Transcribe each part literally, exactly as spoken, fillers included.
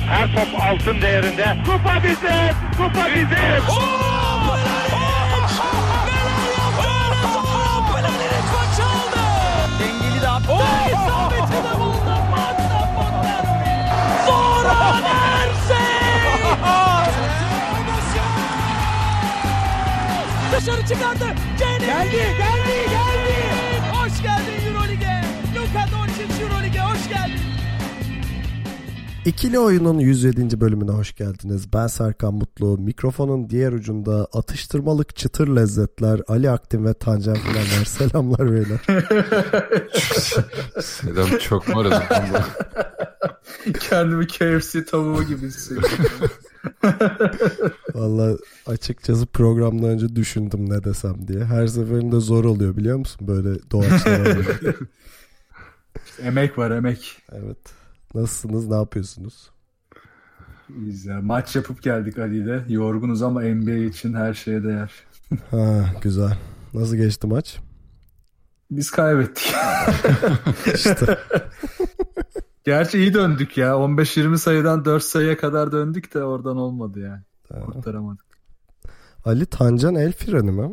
Her top altın değerinde. Kupa bizim, kupa bizim. Oh, Mladenovic maçı aldı. Dengeli de attı. İsabeti de buldu. Magda Fonterovic. Zoran Ersin. Dışarı çıkardı. Geldi, geldi, geldi. Hoş geldin Euroleague'e. Luka Doncic Euroleague'e hoş geldin. İkili Oyun'un yüz yedinci bölümüne hoş geldiniz. Ben Serkan Mutlu. Mikrofonun diğer ucunda atıştırmalık çıtır lezzetler Ali Aktin ve Tancan Filanlar. Selamlar beyler. Selam, çok var ya. Kendimi K F C tavuğu gibi hissediyorum. Vallahi açıkçası programdan önce düşündüm ne desem diye. Her seferinde zor oluyor biliyor musun? Böyle doğaçlama. Emek var emek. Evet. Nasılsınız? Ne yapıyorsunuz? İyiyiz ya. Maç yapıp geldik Ali ile. Yorgunuz ama N B A için her şeye değer. Ha, güzel. Nasıl geçti maç? Biz kaybettik. İşte. Gerçi iyi döndük ya. on beş yirmi sayıdan dört sayıya kadar döndük de oradan olmadı yani. Ha. Kurtaramadık. Ali Tancan el freni mi?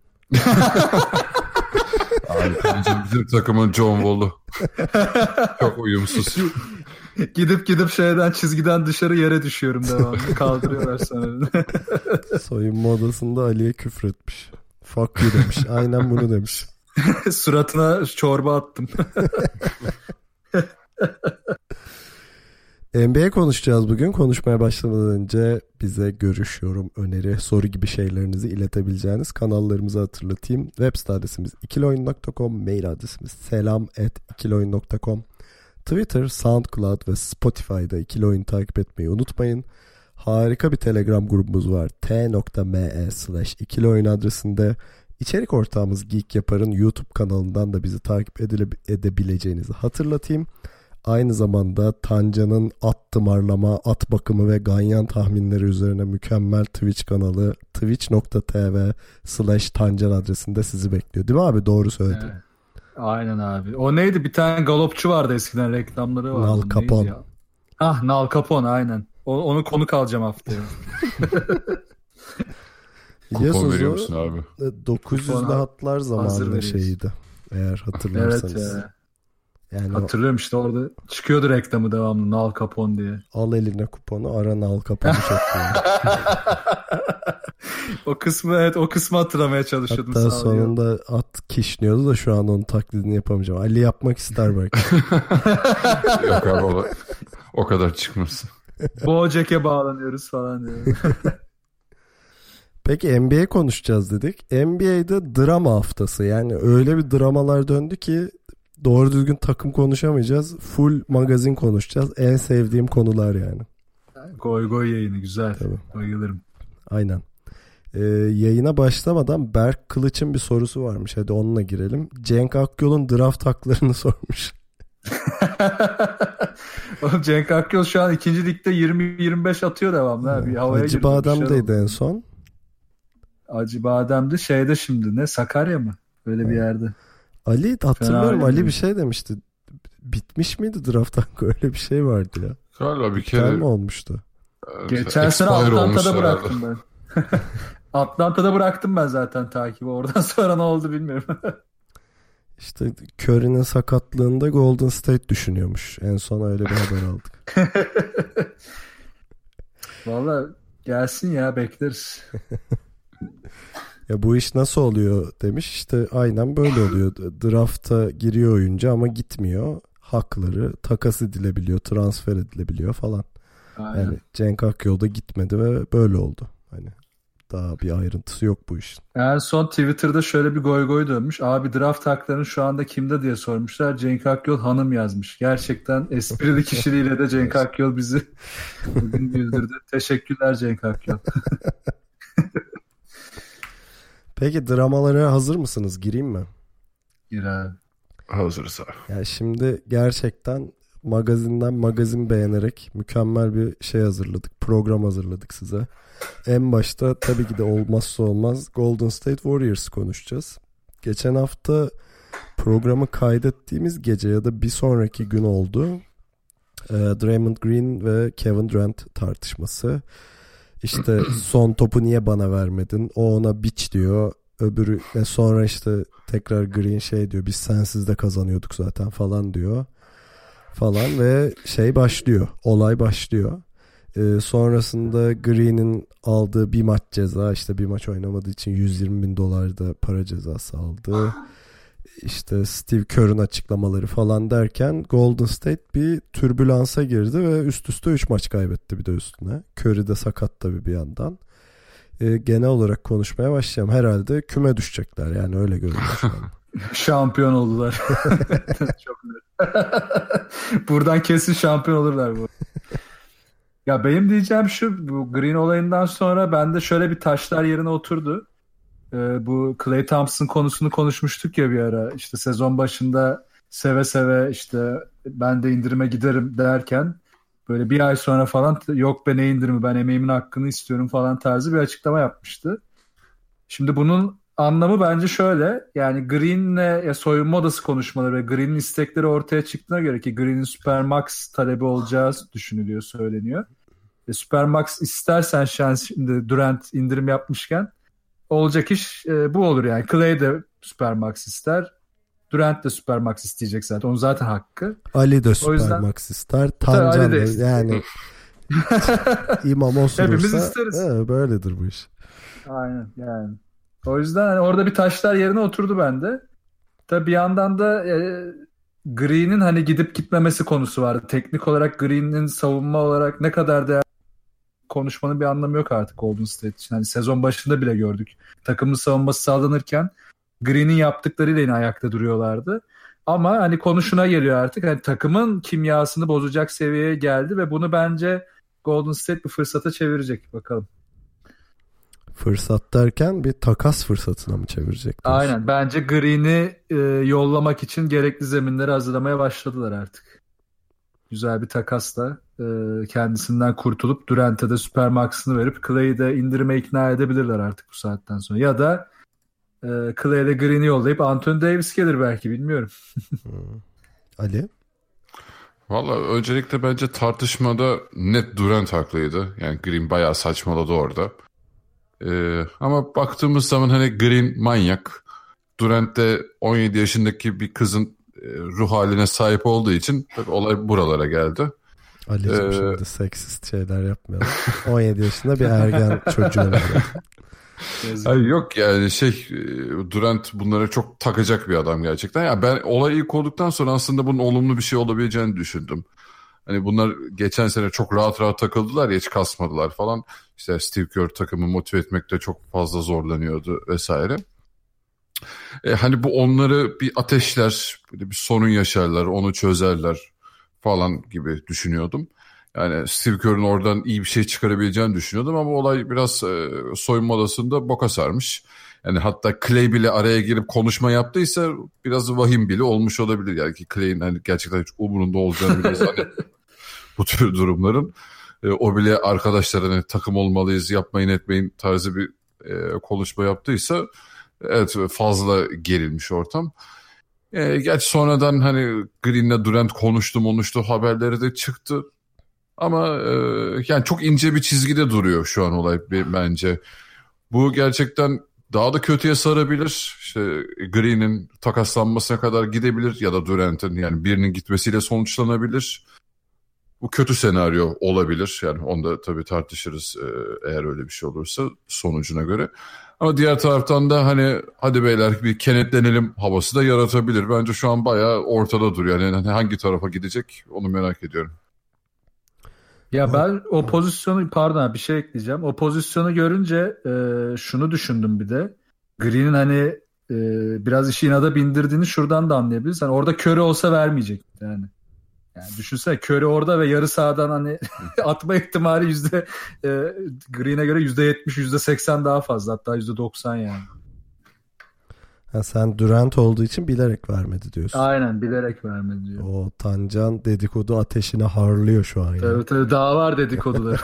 Abi Tancan bizim takımın John Wall'u. Çok uyumsuz. Gidip gidip şeyden çizgiden dışarı yere düşüyorum devamlı. Kaldırıyorlar sonra. Soyunma odasında Ali'ye küfür etmiş. Fuck you demiş. Aynen bunu demiş. Suratına çorba attım. N B A konuşacağız bugün. Konuşmaya başlamadan önce bize görüş, yorum, öneri, soru gibi şeylerinizi iletebileceğiniz kanallarımızı hatırlatayım. Web site adresimiz ikiloyun nokta com, mail adresimiz selam at ikiloyun nokta com. Twitter, SoundCloud ve Spotify'da ikiloyun takip etmeyi unutmayın. Harika bir Telegram grubumuz var. t.me slash ikiloyun adresinde. İçerik ortağımız Geek Yapar'ın YouTube kanalından da bizi takip edile- edebileceğinizi hatırlatayım. Aynı zamanda Tancan'ın at tımarlama, at bakımı ve ganyan tahminleri üzerine mükemmel Twitch kanalı twitch.tv slash Tancan adresinde sizi bekliyor. Değil mi abi? Doğru söyledim. Evet. Aynen abi. O neydi? Bir tane galopçu vardı eskiden, reklamları vardı. Nal Capone. Ah, Nal Capone aynen. O, onu konuk alacağım haftaya. Kupon veriyor musun abi? dokuz yüzlü hatlar zamanında şeydi. Eğer hatırlarsanız. Evet ya. Yani hatırlıyorum işte, orada çıkıyordu reklamı devamlı Nal Capone diye. Al eline kuponu, ara Nal Capone'u çok O kısmı evet o kısmı hatırlamaya çalışıyordum. Hatta sonunda at kişniyordu da şu an onun taklidini yapamayacağım. Ali yapmak ister belki. Yok abi o, o kadar çıkmasın. Bojack'e bağlanıyoruz falan diyor. Peki N B A konuşacağız dedik. N B A'de drama haftası. Yani öyle bir dramalar döndü ki doğru düzgün takım konuşamayacağız. Full magazin konuşacağız. En sevdiğim konular yani. Goy goy yayını güzel. Tabii. Bayılırım. Aynen. Ee, yayına başlamadan Berk Kılıç'ın bir sorusu varmış. Hadi onunla girelim. Cenk Akyol'un draft haklarını sormuş. Oğlum Cenk Akyol şu an ikinci ligde yirmi yirmi beş atıyor devamlı. Ha. Bir havaya Hacı Badem'deydi en son. Hacı Badem'de şeyde şimdi ne? Sakarya mı? Böyle bir yerde. Ali hatırlıyorum, Ali bir şey demişti. Bitmiş miydi draft hakkı? Öyle bir şey vardı ya. Galiba bir kere mi olmuştu? Geçen sene Atlanta'da bıraktım ben. Atlanta'da bıraktım ben zaten takibi. Oradan sonra ne oldu bilmiyorum. İşte Curry'nin sakatlığında Golden State düşünüyormuş. En son öyle bir haber aldık. Vallahi gelsin ya, bekleriz. Ya bu iş nasıl oluyor demiş. İşte aynen böyle oluyor. Draft'a giriyor oyuncu ama gitmiyor. Hakları takas edilebiliyor, transfer edilebiliyor falan. Aynen. Yani Cenk Akyol da gitmedi ve böyle oldu. Hani daha bir ayrıntısı yok bu işin. En son Twitter'da şöyle bir goy goy dönmüş. Abi draft haklarının şu anda kimde diye sormuşlar. Cenk Akyol hanım yazmış. Gerçekten esprili kişiliğiyle de Cenk Akyol bizi bugün güldürdü. Teşekkürler Cenk Akyol. Peki dramalara hazır mısınız? Gireyim mi? Gir abi. Hazırız abi. Yani şimdi gerçekten magazinden magazin beğenerek mükemmel bir şey hazırladık. Program hazırladık size. En başta tabii ki de olmazsa olmaz Golden State Warriors konuşacağız. Geçen hafta programı kaydettiğimiz gece ya da bir sonraki gün oldu. E, Draymond Green ve Kevin Durant tartışması. İşte son topu niye bana vermedin? O ona bitch diyor. Öbürü ve sonra işte tekrar Green şey diyor. Biz sensiz de kazanıyorduk zaten falan diyor. Falan ve şey başlıyor. Olay başlıyor. Ee, sonrasında Green'in aldığı bir maç ceza, işte bir maç oynamadığı için yüz yirmi bin dolar da para cezası aldı. İşte Steve Kerr'ın açıklamaları falan derken Golden State bir türbülansa girdi ve üst üste üç maç kaybetti bir de üstüne. Curry de sakat tabii bir yandan. Ee, genel olarak konuşmaya başlayalım. Herhalde küme düşecekler, yani öyle görünüyor şu an. Şampiyon oldular. Çok net. Buradan kesin şampiyon olurlar bu. Ya benim diyeceğim şu, bu Green olayından sonra bende şöyle bir taşlar yerine oturdu. Ee, bu Klay Thompson konusunu konuşmuştuk ya bir ara. İşte sezon başında seve seve işte ben de indirime giderim derken böyle bir ay sonra falan yok be ne indirimi, ben emeğimin hakkını istiyorum falan tarzı bir açıklama yapmıştı. Şimdi bunun anlamı bence şöyle, yani Green'le ya soyunma odası konuşmaları ve Green'in istekleri ortaya çıktığına göre ki Green'in Supermax talebi olacağı düşünülüyor, söyleniyor. E, Supermax istersen şans, şimdi Durant indirim yapmışken olacak iş e, bu olur yani. Klay de Supermax ister. Durant de Supermax isteyecek zaten. Onun zaten hakkı. Ali de Supermax ister. Tancan da yani İmam osurursa hepimiz isteriz. He, böyledir bu iş. Aynen yani. O yüzden hani orada bir taşlar yerine oturdu bende. Tabii bir yandan da e, Green'in hani gidip gitmemesi konusu vardı. Teknik olarak Green'in savunma olarak ne kadar değerli konuşmanın bir anlamı yok artık Golden State için. Hani sezon başında bile gördük. Takımın savunması sağlanırken Green'in yaptıklarıyla yine ayakta duruyorlardı. Ama hani konuşuna geliyor artık. Hani takımın kimyasını bozacak seviyeye geldi ve bunu bence Golden State bir fırsata çevirecek. Bakalım. Fırsat derken bir takas fırsatına mı çevirecek diyorsun? Aynen. Bence Green'i e, yollamak için gerekli zeminleri hazırlamaya başladılar artık. Güzel bir takasla e, kendisinden kurtulup Durant'e de Supermax'ını verip Clay'i de indirime ikna edebilirler artık bu saatten sonra. Ya da e, Clay ile Green'i yollayıp Anthony Davis gelir belki, bilmiyorum. Ali? Valla öncelikle bence tartışmada net Durant haklıydı. Yani Green bayağı saçmaladı orada. Ee, ama baktığımız zaman hani Green manyak. Durant de on yedi yaşındaki bir kızın e, ruh haline sahip olduğu için tabii olay buralara geldi. Ali'cim ee... şimdi seksist şeyler yapmayalım. on yedi yaşında bir ergen çocuğu. Hayır, yok yani şey, Durant bunlara çok takacak bir adam gerçekten. Ya ben olay ilk olduktan sonra aslında bunun olumlu bir şey olabileceğini düşündüm. Hani bunlar geçen sene çok rahat rahat takıldılar ya, hiç kasmadılar falan. İşte Steve Kerr takımı motive etmekte çok fazla zorlanıyordu vesaire. E, hani bu onları bir ateşler, bir sorun yaşarlar, onu çözerler falan gibi düşünüyordum. Yani Steve Kerr'ın oradan iyi bir şey çıkarabileceğini düşünüyordum ama olay biraz e, soyunma odasında boka sarmış. Yani hatta Clay bile araya girip konuşma yaptıysa biraz vahim bile olmuş olabilir. Yani ki Clay'in hani gerçekten hiç umurunda olacağını bile zannetmiyorum bu tür durumların. E, o bile arkadaşlar hani takım olmalıyız, yapmayın etmeyin tarzı bir e, konuşma yaptıysa evet, fazla gerilmiş ortam. E, gerçi sonradan hani Green'le Durant konuştu konuştu haberleri de çıktı. Ama e, yani çok ince bir çizgide duruyor şu an olay bence. Bu gerçekten daha da kötüye sarabilir. İşte Green'in takaslanmasına kadar gidebilir ya da Durant'in, yani birinin gitmesiyle sonuçlanabilir. Bu kötü senaryo olabilir. Yani onu da tabii tartışırız e, eğer öyle bir şey olursa sonucuna göre. Ama diğer taraftan da hani hadi beyler bir kenetlenelim havası da yaratabilir. Bence şu an bayağı ortada duruyor. Yani hangi tarafa gidecek onu merak ediyorum. Ya ben o pozisyonu, pardon bir şey ekleyeceğim. O pozisyonu görünce e, şunu düşündüm bir de. Green'in hani e, biraz işi inada bindirdiğini şuradan da anlayabiliriz. Hani orada Curry olsa vermeyecek yani. Yani düşünsene Curry orada ve yarı sahadan hani atma ihtimali yüzde e, Green'e göre yüzde yetmiş, yüzde seksen daha fazla, hatta yüzde doksan yani. Ha, sen Durant olduğu için bilerek vermedi diyorsun. Aynen, bilerek vermedi diyor. O Tancan dedikodu ateşine harlıyor şu an. Evet, yani. Daha var dedikodular.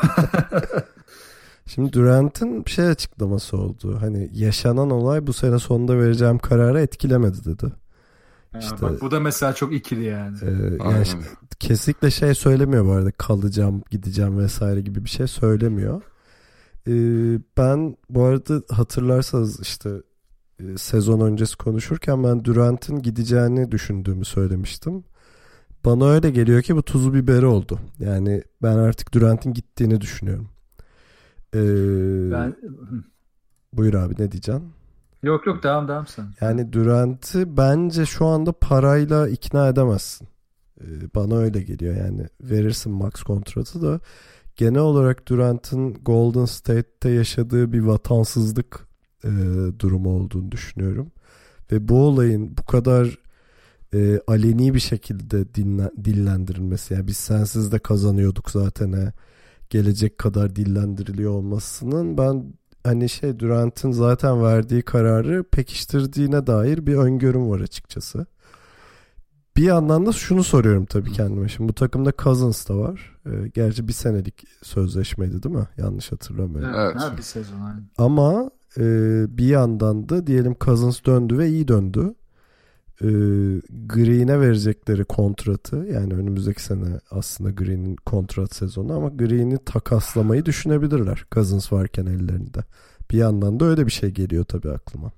Şimdi Durant'ın bir şey açıklaması oldu. Hani yaşanan olay bu sene sonunda vereceğim kararı etkilemedi dedi. İşte, bak bu da mesela çok ikili yani. E, yani işte, kesinlikle şey söylemiyor bu arada, kalacağım, gideceğim vesaire gibi bir şey söylemiyor. E, ben bu arada hatırlarsanız işte e, sezon öncesi konuşurken ben Durant'in gideceğini düşündüğümü söylemiştim. Bana öyle geliyor ki bu tuzu biberi oldu. Yani ben artık Durant'in gittiğini düşünüyorum. Ee, ben... Buyur abi, ne diyeceksin? Yok yok devam devam sen. Yani Durant'ı bence şu anda parayla ikna edemezsin. Ee, bana öyle geliyor yani. Verirsin max kontratı da genel olarak Durant'ın Golden State'te yaşadığı bir vatansızlık e, durumu olduğunu düşünüyorum. Ve bu olayın bu kadar e, aleni bir şekilde dinlen, dillendirilmesi, yani biz sensiz de kazanıyorduk zaten he, gelecek kadar dillendiriliyor olmasının ben hani şey Durant'ın zaten verdiği kararı pekiştirdiğine dair bir öngörüm var açıkçası. Bir yandan da şunu soruyorum tabii kendime. Şimdi bu takımda Cousins da var. E, gerçi bir senelik sözleşmeydi değil mi? Yanlış hatırlamıyorum. Evet. Ha, bir sezon aynı. Ama e, bir yandan da diyelim Cousins döndü ve iyi döndü. E, Green'e verecekleri kontratı, yani önümüzdeki sene aslında Green'in kontrat sezonu, ama Green'i takaslamayı düşünebilirler Cousins varken ellerinde. Bir yandan da öyle bir şey geliyor tabii aklıma.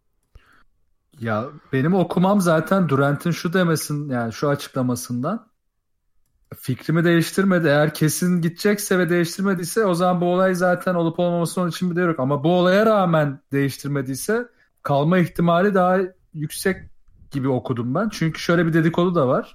Ya benim okumam zaten Durant'in şu demesin, yani şu açıklamasından fikrimi değiştirmedi. Eğer kesin gidecekse ve değiştirmediyse o zaman bu olay zaten olup olmaması onun için bir de yok. Ama bu olaya rağmen değiştirmediyse kalma ihtimali daha yüksek gibi okudum ben. Çünkü şöyle bir dedikodu da var.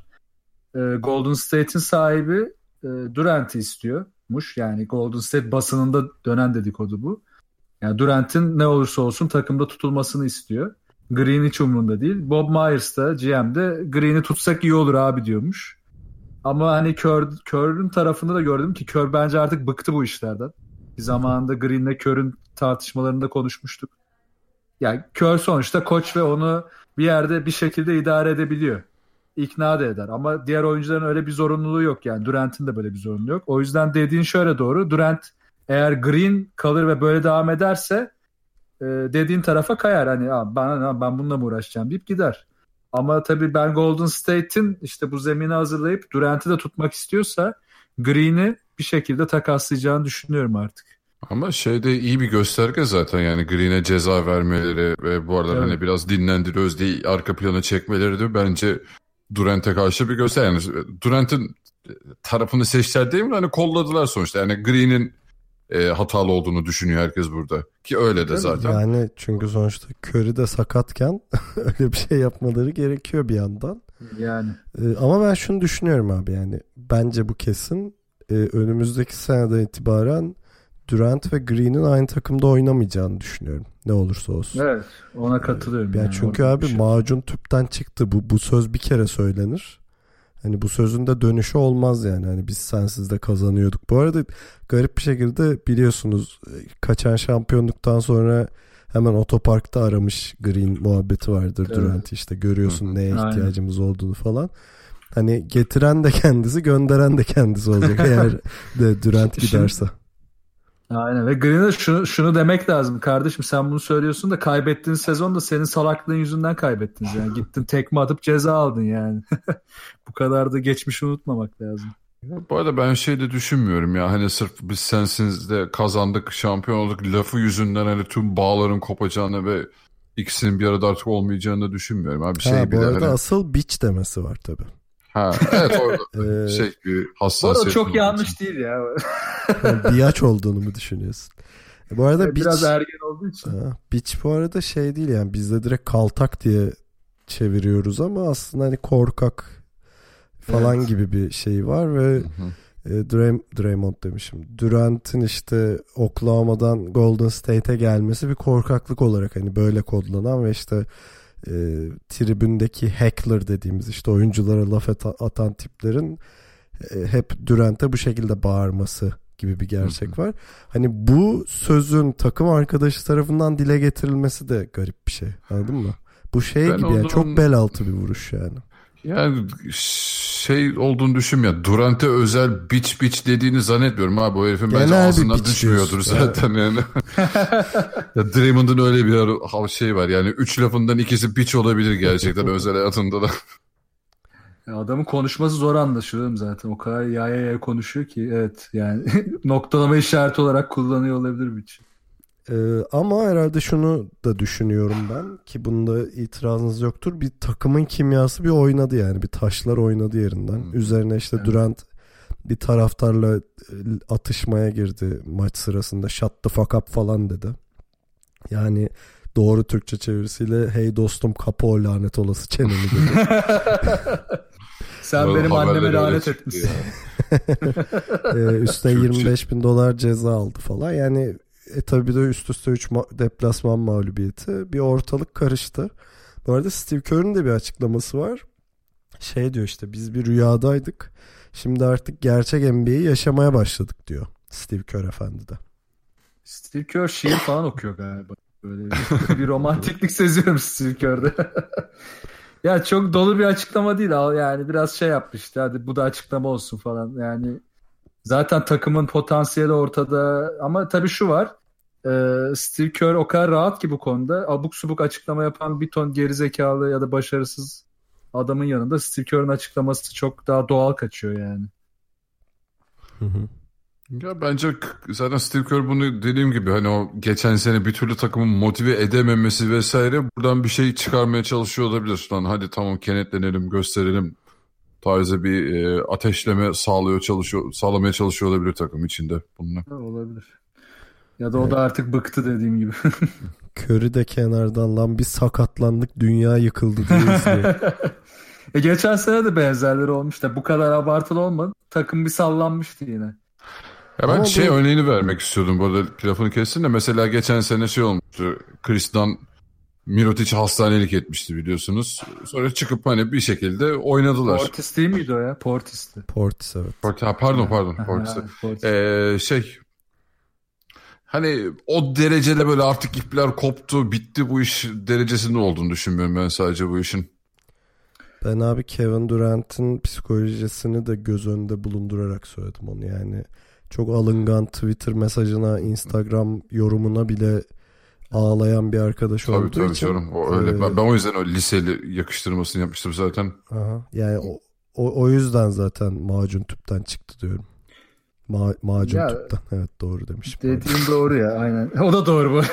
Golden State'in sahibi Durant'i istiyormuş. Yani Golden State basınında dönen dedikodu bu. Yani Durant'in ne olursa olsun takımda tutulmasını istiyor. Green hiç umurunda değil. Bob Myers da G M de Green'i tutsak iyi olur abi diyormuş. Ama hani Kerr'ün tarafında da gördüm ki Kerr bence artık bıktı bu işlerden. Bir zamanında Green'le Kerr'ün tartışmalarında konuşmuştuk. Yani Kerr sonuçta koç ve onu bir yerde bir şekilde idare edebiliyor. İkna da eder. Ama diğer oyuncuların öyle bir zorunluluğu yok yani. Durant'in de böyle bir zorunluluğu yok. O yüzden dediğin şöyle doğru. Durant eğer Green kalır ve böyle devam ederse e, dediğin tarafa kayar. Hani ben, ben bununla mı uğraşacağım deyip gider. Ama tabii ben Golden State'in işte bu zemini hazırlayıp Durant'i de tutmak istiyorsa Green'i bir şekilde takaslayacağını düşünüyorum artık. Ama şeyde iyi bir gösterge zaten, yani Green'e ceza vermeleri ve bu arada evet, hani biraz dinlendiriyoruz diye arka plana çekmeleri de bence Durant'e karşı bir gösterge. Yani Durant'in tarafını seçtiler değil mi? Hani kolladılar sonuçta. Yani Green'in e, hatalı olduğunu düşünüyor herkes burada. Ki öyle de zaten. Yani çünkü sonuçta Curry de sakatken öyle bir şey yapmaları gerekiyor bir yandan. Yani. E, ama ben şunu düşünüyorum abi, yani bence bu kesin. E, önümüzdeki seneden itibaren Durant ve Green'in aynı takımda oynamayacağını düşünüyorum. Ne olursa olsun. Evet, ona katılıyorum. Yani, yani çünkü abi şey, macun tüpten çıktı. Bu bu söz bir kere söylenir. Hani bu sözün de dönüşü olmaz yani. Hani biz sensiz de kazanıyorduk. Bu arada garip bir şekilde biliyorsunuz kaçan şampiyonluktan sonra hemen otoparkta aramış Green muhabbeti vardır, evet, Durant işte görüyorsun Hı. neye ihtiyacımız Aynen. olduğunu falan. Hani getiren de kendisi, gönderen de kendisi olacak eğer de Durant giderse. Aynen, ve Green'e şunu, şunu demek lazım kardeşim, sen bunu söylüyorsun da kaybettiğin sezon da senin salaklığın yüzünden kaybettiniz yani. Gittin tekme atıp ceza aldın yani. Bu kadar da geçmişi unutmamak lazım. Bu arada ben şey de düşünmüyorum ya, hani sırf biz sensiz de kazandık, şampiyon olduk lafı yüzünden hani tüm bağların kopacağını ve ikisinin bir arada artık olmayacağını da düşünmüyorum. Abi şey ha, bu bile arada hani... asıl bitch demesi var tabii. Ha, evet orada şey bir hassasiyet. O çok yanlış için. Değil ya. Yani biyaç olduğunu mu düşünüyorsun? E bu arada yani bitch, biraz ergen olduğu için. Ha, bitch bu arada şey değil yani, bizde direkt kaltak diye çeviriyoruz ama aslında hani korkak falan evet. gibi bir şey var ve e, Dray- Draymond demişim. Durant'in işte Oklahoma'dan Golden State'e gelmesi bir korkaklık olarak hani böyle kodlanan ve işte E, tribündeki heckler dediğimiz işte oyunculara laf atan tiplerin e, hep Durant'e bu şekilde bağırması gibi bir gerçek var. Hani bu sözün takım arkadaşı tarafından dile getirilmesi de garip bir şey. Anladın mı? Bu şey ben gibi yani çok bel altı bir vuruş yani. Yani şey olduğunu düşünmüyorum. Durant'e özel biç biç dediğini zannetmiyorum abi. O herifin bence ağzından düşmüyordur zaten evet. Yani. Ya Draymond'un öyle bir şey var. Yani üç lafından ikisi biç olabilir gerçekten özel hayatında da. Ya adamın konuşması zor anlaşılıyor zaten. O kadar yaya yaya konuşuyor ki evet yani noktalama işareti olarak kullanıyor olabilir biç. Ee, ama herhalde şunu da düşünüyorum ben ki bunda itirazınız yoktur. Bir takımın kimyası bir oynadı yani. Bir taşlar oynadı yerinden. Hmm. Üzerine işte evet. Durant bir taraftarla atışmaya girdi maç sırasında. Shut the fuck up falan dedi. Yani doğru Türkçe çevirisiyle hey dostum kapı o lanet olası çeneni dedi. Sen Doğru, benim anneme lanet etmişsin. ee, üstüne yirmi beş bin dolar ceza aldı falan. Yani E tabi bir de üst üste üç ma- deplasman mağlubiyeti. Bir ortalık karıştı. Bu arada Steve Kerr'ün de bir açıklaması var. Şey diyor işte biz bir rüyadaydık. Şimdi artık gerçek N B A'yi yaşamaya başladık diyor Steve Kerr efendi de. Steve Kerr şiir falan okuyor galiba. Böyle bir, bir romantiklik seziyorum Steve Kerr'de. Ya çok dolu bir açıklama değil. Yani biraz şey yapmıştı. Hadi bu da açıklama olsun falan. Yani zaten takımın potansiyeli ortada ama tabii şu var e, Steve Kerr o kadar rahat ki bu konuda abuk subuk açıklama yapan bir ton gerizekalı ya da başarısız adamın yanında Steve Kerr'ın açıklaması çok daha doğal kaçıyor yani. Hı hı. Ya bence zaten Steve Kerr bunu dediğim gibi hani o geçen sene bir türlü takımın motive edememesi vesaire buradan bir şey çıkarmaya çalışıyor olabilir. Lan hadi tamam kenetlenelim gösterelim tarzı bir e, ateşleme sağlıyor çalışıyor sağlamaya çalışıyor olabilir takım içinde bununla. Olabilir. Ya da o da artık bıktı dediğim gibi. Curry de kenardan lan bir sakatlandık dünya yıkıldı diye izliyor. e geçen sene de benzerleri olmuştu. Bu kadar abartılı olmadı. Takım bir sallanmıştı yine. Ya ben Ama şey bu... örneğini vermek istiyordum bu arada lafını kessin de mesela geçen sene şey olmuştu. Chris Dunn Mirotic hastanelik etmişti biliyorsunuz. Sonra çıkıp hani bir şekilde oynadılar. Portis değil miydi o ya? Portis'ti. Portis evet. Portis, ha, pardon pardon Portis. Portis. Ee, şey hani o derecede böyle artık ipler koptu bitti bu iş derecesinde olduğunu düşünmüyorum ben sadece bu işin. Ben abi Kevin Durant'in psikolojisini de göz önünde bulundurarak söyledim onu yani. Çok alıngan Twitter mesajına, Instagram yorumuna bile ağlayan bir arkadaş tabii, olduğu tabii için. Canım, o öyle. E, ben, ben o yüzden o liseli yakıştırmasını yapmıştım zaten. Aha, yani o, o, o yüzden zaten macun tüpten çıktı diyorum. Ma, macun ya, tüpten. Evet doğru demişim. Dediğin doğru ya aynen. O da doğru bu.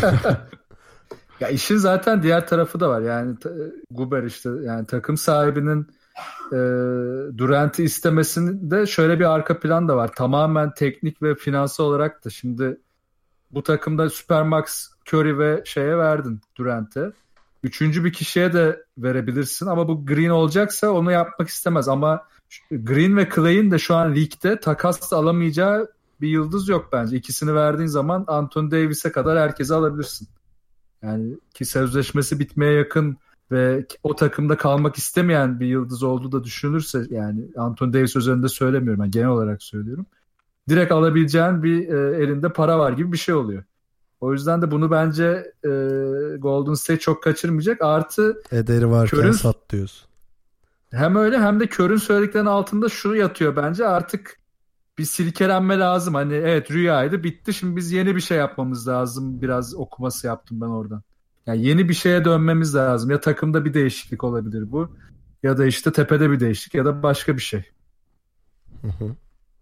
Ya işin zaten diğer tarafı da var. Yani Guber işte yani takım sahibinin e, Durant'i istemesinde şöyle bir arka plan da var. Tamamen teknik ve finansal olarak da şimdi bu takımda Supermax Curry ve şeye verdin Durant'e. Üçüncü bir kişiye de verebilirsin ama bu Green olacaksa onu yapmak istemez. Ama Green ve Clay'in de şu an ligde takas alamayacağı bir yıldız yok bence. İkisini verdiğin zaman Anthony Davis'e kadar herkese alabilirsin. Yani ki sözleşmesi bitmeye yakın ve o takımda kalmak istemeyen bir yıldız olduğu da düşünülürse yani Anthony Davis üzerinde söylemiyorum. Yani genel olarak söylüyorum. Direkt alabileceğin bir e, elinde para var gibi bir şey oluyor. O yüzden de bunu bence e, Golden State çok kaçırmayacak. Artı ederi varken Kör'ün, sat diyorsun. Hem öyle hem de Kör'ün söylediklerinin altında şu yatıyor bence artık bir silkelenme lazım. Hani evet rüyaydı bitti şimdi biz yeni bir şey yapmamız lazım. Biraz okuması yaptım ben oradan. Yani yeni bir şeye dönmemiz lazım. Ya takımda bir değişiklik olabilir bu. Ya da işte tepede bir değişiklik ya da başka bir şey. Hı hı.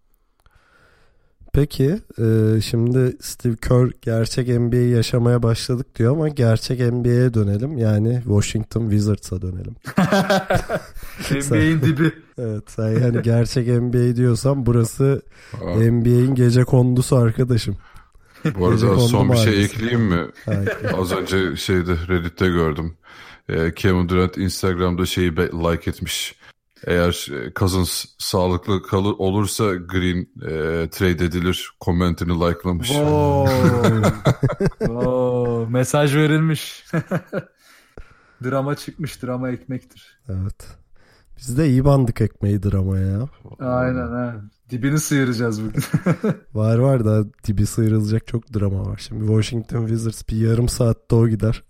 Peki e, şimdi Steve Kerr gerçek N B A'yi yaşamaya başladık diyor ama gerçek N B A'ye dönelim. Yani Washington Wizards'a dönelim. N B A'in dibi. Evet sen yani gerçek N B A diyorsan burası N B A'in gece kondusu arkadaşım. Bu arada son bir şey ekleyeyim mi? Az önce şeyde Reddit'te gördüm. Ee, Kevin Durant Instagram'da şeyi like etmiş. Eğer Cousins sağlıklı kalır olursa Green e, trade edilir. Kommentini likelamış. Wow. Wow. Mesaj verilmiş. Drama çıkmış. Drama ekmektir. Evet. Biz de iyi bandık ekmeğidir ama ya. Aynen ha. Dibini sıyıracağız bugün. Var var da dibi sıyrılacak çok drama var. Şimdi Washington Wizards bir yarım saatte o gider.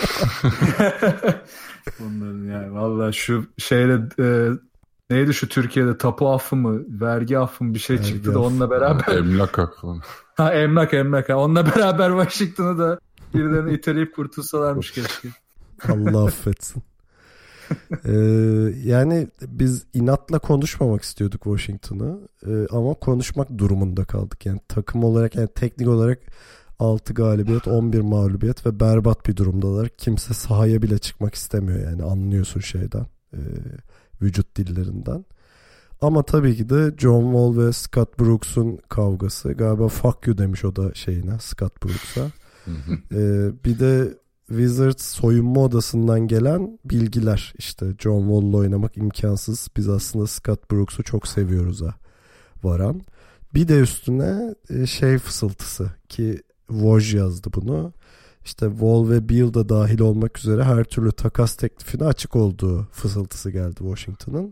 Bunların yani valla şu şeyle e, neydi şu Türkiye'de tapu affı mı vergi affı mı bir şey Vergi çıktı da affı. onunla beraber. Emlak affı. Ha emlak emlak. Ha. Onunla beraber Washington'ı da birilerini iteleyip kurtulsalarmış keşke. Allah affetsin. Ee, yani biz inatla konuşmamak istiyorduk Washington'ı ee, ama konuşmak durumunda kaldık. Yani takım olarak, yani teknik olarak altı galibiyet, on bir mağlubiyet ve berbat bir durumdalar. Kimse sahaya bile çıkmak istemiyor, yani anlıyorsun şeyden, e, vücut dillerinden. Ama tabii ki de John Wall ve Scott Brooks'un kavgası, galiba fuck you demiş o da şeyine, Scott Brooks'a. ee, bir de Wizards soyunma odasından gelen bilgiler, işte John Wall'la oynamak imkansız, biz aslında Scott Brooks'u çok seviyoruz ha varan. Bir de üstüne şey fısıltısı ki Woj yazdı bunu, işte Wall ve Beal da dahil olmak üzere her türlü takas teklifine açık olduğu fısıltısı geldi Washington'ın.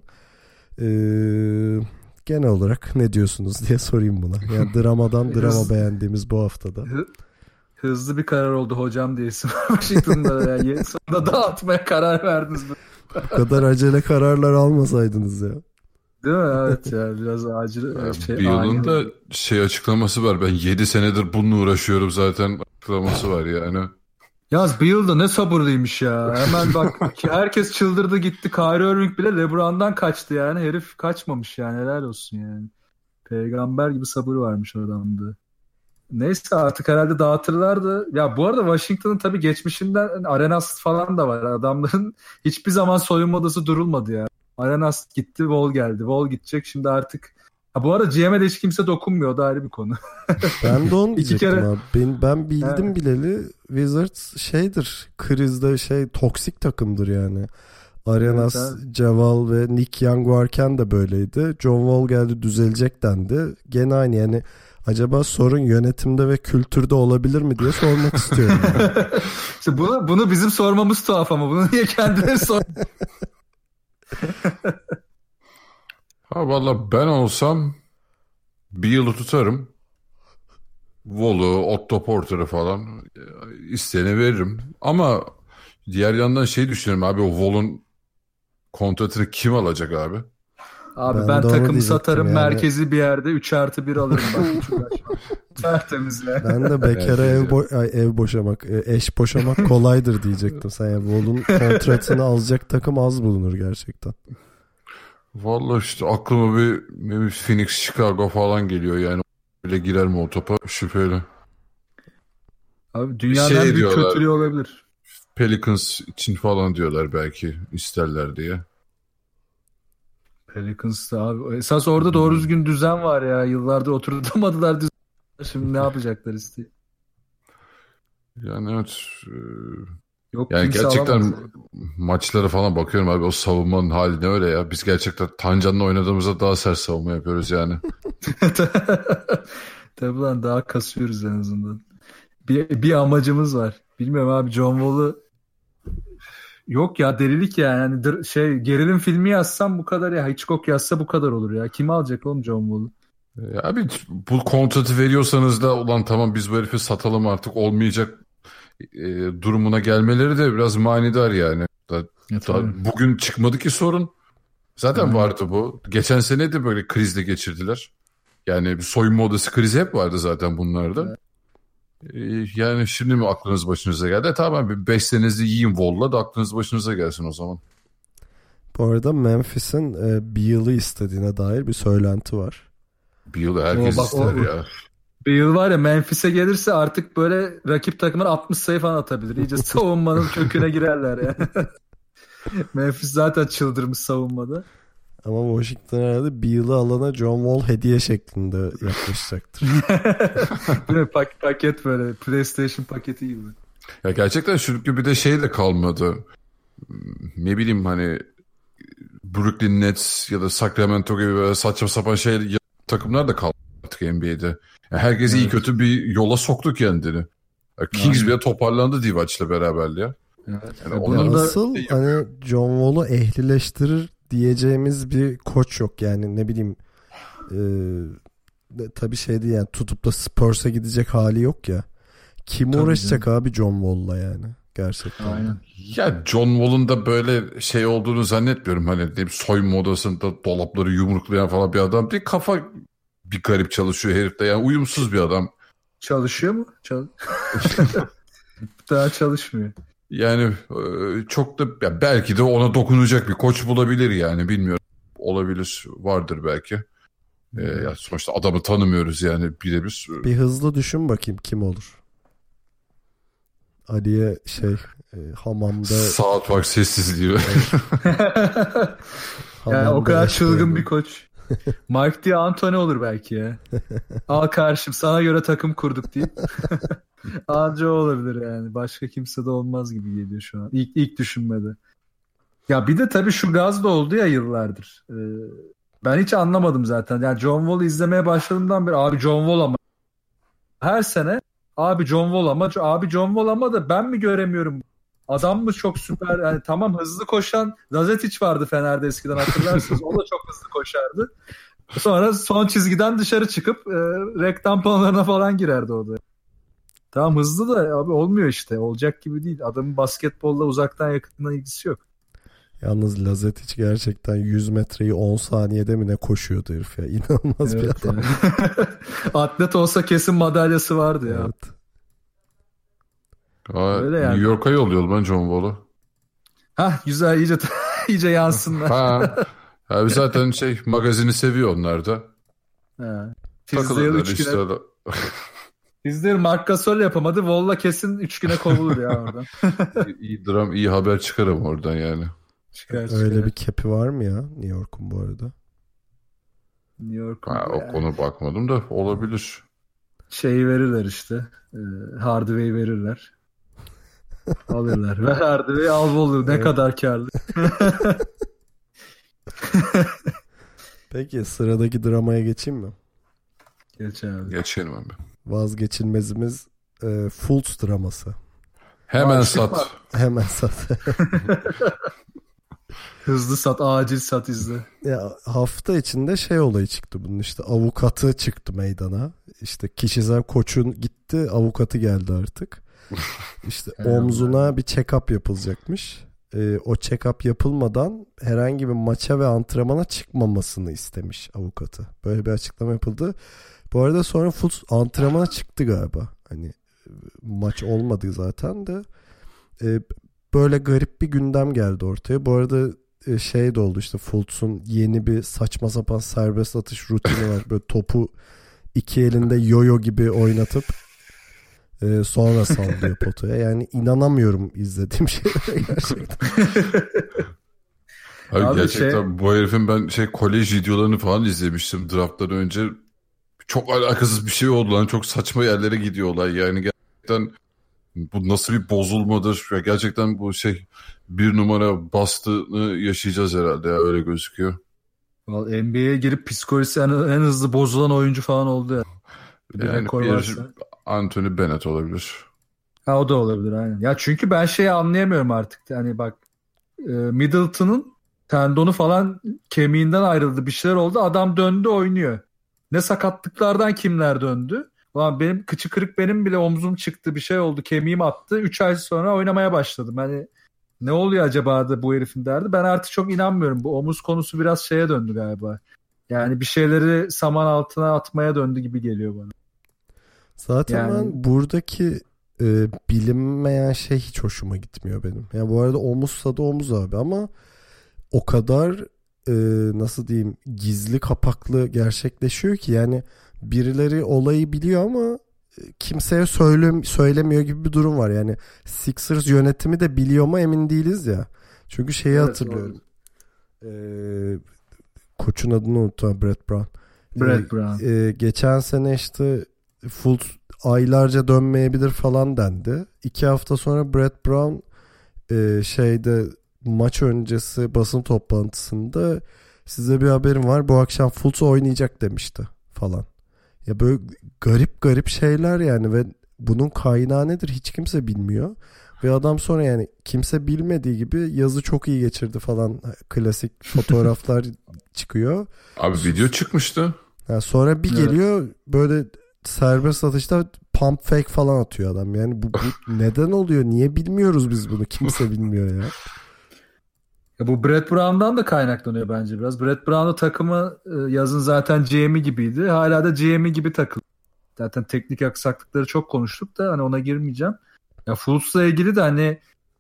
Ee, genel olarak ne diyorsunuz diye sorayım buna. Yani dramadan drama beğendiğimiz bu haftada. Hızlı bir karar oldu hocam diyesin Washington'da. Yani sonunda dağıtmaya karar verdiniz. Bu kadar acele kararlar almasaydınız ya. Değil mi? Evet ya biraz acil. Şey, bir yılın da şey açıklaması var. Ben yedi senedir bununla uğraşıyorum zaten açıklaması var yani. Yalnız bir yılda ne sabırlıymış ya. Hemen bak herkes çıldırdı gitti. Kyrie Irving bile LeBron'dan kaçtı yani. Herif kaçmamış yani, helal olsun yani. Peygamber gibi sabır varmış adamda. Neyse artık herhalde dağıtırlardı. Ya bu arada Washington'ın tabii geçmişinden Arenas falan da var. Adamların hiçbir zaman soyunma odası durulmadı ya. Arenas gitti, Wall geldi. Wall gidecek şimdi artık. Ha bu arada G M'de hiç kimse dokunmuyor. O da ayrı bir konu. Ben de onu diyecektim kere... abi. Ben, ben bildim evet. bileli Wizards şeydir. Krizde şey toksik takımdır yani. Arenas, evet, evet. Ceval ve Nick Young varken de böyleydi. John Wall geldi, düzelecek dendi. Gene aynı yani. Acaba sorun yönetimde ve kültürde olabilir mi diye sormak istiyorum. Yani. İşte bunu, bunu bizim sormamız tuhaf ama bunu niye kendileri sor? Ha valla ben olsam bir yılı tutarım. Wall'u, Otto Porter'ı falan isteyene veririm. Ama diğer yandan şey düşünüyorum abi, o Wall'un kontratını kim alacak abi? Abi ben, ben takımı satarım yani. Merkezi bir yerde üç artı bir alırım. Tertemiz yani. Ben de bekara ev, bo- ay, ev boşamak, eş boşamak kolaydır diyecektim. Sen yani Wall'un kontratını alacak takım az bulunur gerçekten. Vallahi işte aklıma bir, bir Phoenix, Chicago falan geliyor yani. Bile girer mi o topa? Şüpheli. Abi dünyanın şey en büyük kötülüğü olabilir. Pelicans için falan diyorlar, belki isterler diye. Pelicans'ta abi. Esas orada doğru düzgün düzen var ya. Yıllardır oturtamadılar düzen. Şimdi ne yapacaklar istiyor. Yani evet. E, Yok, yani gerçekten alamaz. Maçlara falan bakıyorum abi, o savunmanın hali ne öyle ya. Biz gerçekten Tancan'la oynadığımızda daha sert savunma yapıyoruz yani. Tabii lan, daha kasıyoruz en azından. Bir, bir amacımız var. Bilmiyorum abi, John Wall'u yok ya, delilik yani. yani şey gerilim filmi yazsam bu kadar ya, Hitchcock yazsa bu kadar olur ya. Kim alacak oğlum John Wall'u? Ya abi bu kontratı veriyorsanız da ulan tamam biz bu herifi satalım artık, olmayacak e, durumuna gelmeleri de biraz manidar yani. Da, da, bugün çıkmadı ki sorun. Zaten hmm. vardı bu. Geçen sene de böyle krizle geçirdiler. Yani bir soyunma odası krizi hep vardı zaten bunlarda. Evet. Yani şimdi mi aklınız başınıza geldi? E, tamam bir beş senenizi yiyin Wall'la da aklınız başınıza gelsin o zaman. Bu arada Memphis'in e, Beal'ı istediğine dair bir söylenti var. Beal herkes bak, ister o, ya. Beal var ya, Memphis'e gelirse artık böyle rakip takımlar altmış sayı falan atabilir. İyice savunmanın köküne girerler ya. Memphis zaten çıldırmış savunmada. Ama Washington herhalde Beal'ı alana John Wall hediye şeklinde yaklaşacaktır. Değil mi? Pak- paket böyle. PlayStation paketi gibi. Ya gerçekten çünkü bir de şey de kalmadı. Ne bileyim hani Brooklyn Nets ya da Sacramento gibi böyle saçma sapan şey takımlar da kalmadı artık N B A'de. Yani herkes evet. iyi kötü bir yola soktu kendini. Yani Kings yani. bile toparlandı Divac'la beraber ya. Evet. Yani onların asıl da... hani John Wall'u ehlileştirir diyeceğimiz bir koç yok yani ne bileyim e, tabii şey değil yani tutup da Spurs'a gidecek hali yok ya. Kim tabii uğraşacak canım. Abi John Wall'la yani gerçekten. Aynen. Ya John Wall'un da böyle şey olduğunu zannetmiyorum. Hani soyunma odasında dolapları yumruklayan falan bir adam değil. Kafa bir garip çalışıyor herifte. Yani uyumsuz bir adam. Çalışıyor mu? Çal Daha çalışmıyor. Yani çok da ya belki de ona dokunacak bir koç bulabilir yani bilmiyorum. Olabilir, vardır belki. Ee, ya sonuçta adamı tanımıyoruz yani birebir. Bir hızlı düşün bakayım kim olur. Ali'ye şey e, hamamda saat bak sessizliği. Yani o kadar çılgın bir koç. Mike D'Antoni olur belki ya. Al karşım sana göre takım kurduk deyip. Anca olabilir yani. Başka kimse de olmaz gibi geliyor şu an. İlk, ilk düşünmede. Ya bir de tabii şu gaz da oldu ya yıllardır. Ee, ben hiç anlamadım zaten. Yani John Wall'u izlemeye başladığımdan beri abi John Wall ama her sene abi John Wall ama abi John Wall ama da ben mi göremiyorum? Adam mı çok süper? Yani tamam hızlı koşan Lazetic vardı Fener'de eskiden hatırlarsınız. O da çok hızlı koşardı. Sonra son çizgiden dışarı çıkıp e, reklam panolarına falan girerdi o da. Tamam hızlı da abi olmuyor işte. Olacak gibi değil. Adamın basketbolla uzaktan yakından ilgisi yok. Yalnız Lazetic gerçekten yüz metreyi on saniyede mi ne koşuyordu herif ya. İnanılmaz evet, bir adam. Yani. Atlet olsa kesin madalyası vardı ya. Evet. Aa, Öyle yani. New York'a yolluyor ben John Wall'u. Hah güzel iyice iyice yansınlar. Ha. Abi zaten şey magazini seviyor onlar da. Ha. Takılırlar işte. Bizler Marc Gasol yapamadı. Wall'la kesin üç güne kovulur ya oradan. iyi, iyi dram, iyi haber çıkarım oradan yani. Çıkar, çıkar. Öyle bir kepi var mı ya New York'un bu arada? New York'un ha, o yani. Konu bakmadım da olabilir. Şeyi verirler işte. E, Hardaway'i verirler. Alırlar. Ver Hardaway'i al Wall'u. Ne evet. kadar karlı. Peki sıradaki dramaya geçeyim mi? Geç abi. Geçelim abi. Vazgeçilmezimiz e, Fultz draması. Hemen Aa, sat. Var. Hemen sat. Hızlı sat, acil sat izle. Ya hafta içinde şey olayı çıktı bunun işte avukatı çıktı meydana. İşte kişisel koçun gitti, avukatı geldi artık. İşte omzuna bir check-up yapılacakmış. Ee, o check-up yapılmadan herhangi bir maça ve antrenmana çıkmamasını istemiş avukatı. Böyle bir açıklama yapıldı. Bu arada sonra Fultz antrenmana çıktı galiba. Hani maç olmadı zaten de. Ee, böyle garip bir gündem geldi ortaya. Bu arada e, şey de oldu işte Fultz'un yeni bir saçma sapan serbest atış rutini var. Böyle topu iki elinde yo-yo gibi oynatıp e, sonra sallıyor potaya. Yani inanamıyorum izlediğim şeylere gerçekten. Abi, Abi gerçekten şey... bu herifin ben şey kolej videolarını falan izlemiştim drafttan önce. Çok alakasız bir şey oldu lan. Çok saçma yerlere gidiyor olay. Yani gerçekten bu nasıl bir bozulmadır? Ya gerçekten bu şey bir numara bastığını yaşayacağız herhalde ya, öyle gözüküyor. Vallahi N B A'ye girip psikolojisi en, en hızlı bozulan oyuncu falan oldu ya. Bir yani bir Anthony Bennett olabilir. Ha o da olabilir aynen. Ya çünkü ben şeyi anlayamıyorum artık. Yani bak Middleton'ın tendonu falan kemiğinden ayrıldı. Bir şeyler oldu. Adam döndü oynuyor. Ne sakatlıklardan kimler döndü? Ulan benim kıçı kırık benim bile omzum çıktı bir şey oldu kemiğim attı. üç ay sonra oynamaya başladım. Hani ne oluyor acaba da bu herifin derdi. Ben artık çok inanmıyorum. Bu omuz konusu biraz şeye döndü galiba. Yani bir şeyleri saman altına atmaya döndü gibi geliyor bana. Zaten yani... ben buradaki e, bilinmeyen şey hiç hoşuma gitmiyor benim. Yani bu arada omuzsa da omuz abi ama o kadar e, nasıl diyeyim gizli kapaklı gerçekleşiyor ki yani birileri olayı biliyor ama kimseye söyle, söylemiyor gibi bir durum var. Yani Sixers yönetimi de biliyor mu emin değiliz ya. Çünkü şeyi evet, hatırlıyorum. Ee, koçun adını unuttum. Brett Brown. Brett Brown. Ee, geçen sene işte Fultz aylarca dönmeyebilir falan dendi. İki hafta sonra Brett Brown e, şeyde maç öncesi basın toplantısında size bir haberim var. Bu akşam Fultz oynayacak demişti falan. Ya böyle garip garip şeyler yani ve bunun kaynağı nedir hiç kimse bilmiyor. Ve adam sonra yani kimse bilmediği gibi yazı çok iyi geçirdi falan klasik fotoğraflar çıkıyor. Abi video çıkmıştı. Yani sonra bir geliyor evet. böyle serbest atışta pump fake falan atıyor adam. Yani bu, bu neden oluyor? Niye bilmiyoruz biz bunu? Kimse bilmiyor ya. Ya bu Brett Brown'dan da kaynaklanıyor bence biraz. Brett Brown'un takımı yazın zaten G M'i gibiydi. Hala da G M'i gibi takılıyor. Zaten teknik aksaklıkları çok konuştuk da hani ona girmeyeceğim. Ya Fultz'la ilgili de hani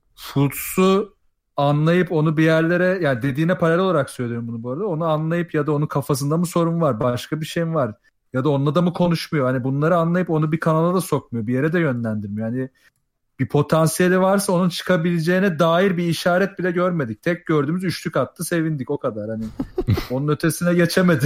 Fultz'u anlayıp onu bir yerlere, yani dediğine paralel olarak söylüyorum bunu bu arada. Onu anlayıp ya da onun kafasında mı sorun var? Başka bir şey mi var? Ya da onunla da mı konuşmuyor? Hani bunları anlayıp onu bir kanala da sokmuyor. Bir yere de yönlendirmiyor. Yani bir potansiyeli varsa onun çıkabileceğine dair bir işaret bile görmedik. Tek gördüğümüz üçlük attı, sevindik, o kadar. Hani onun ötesine geçemedi.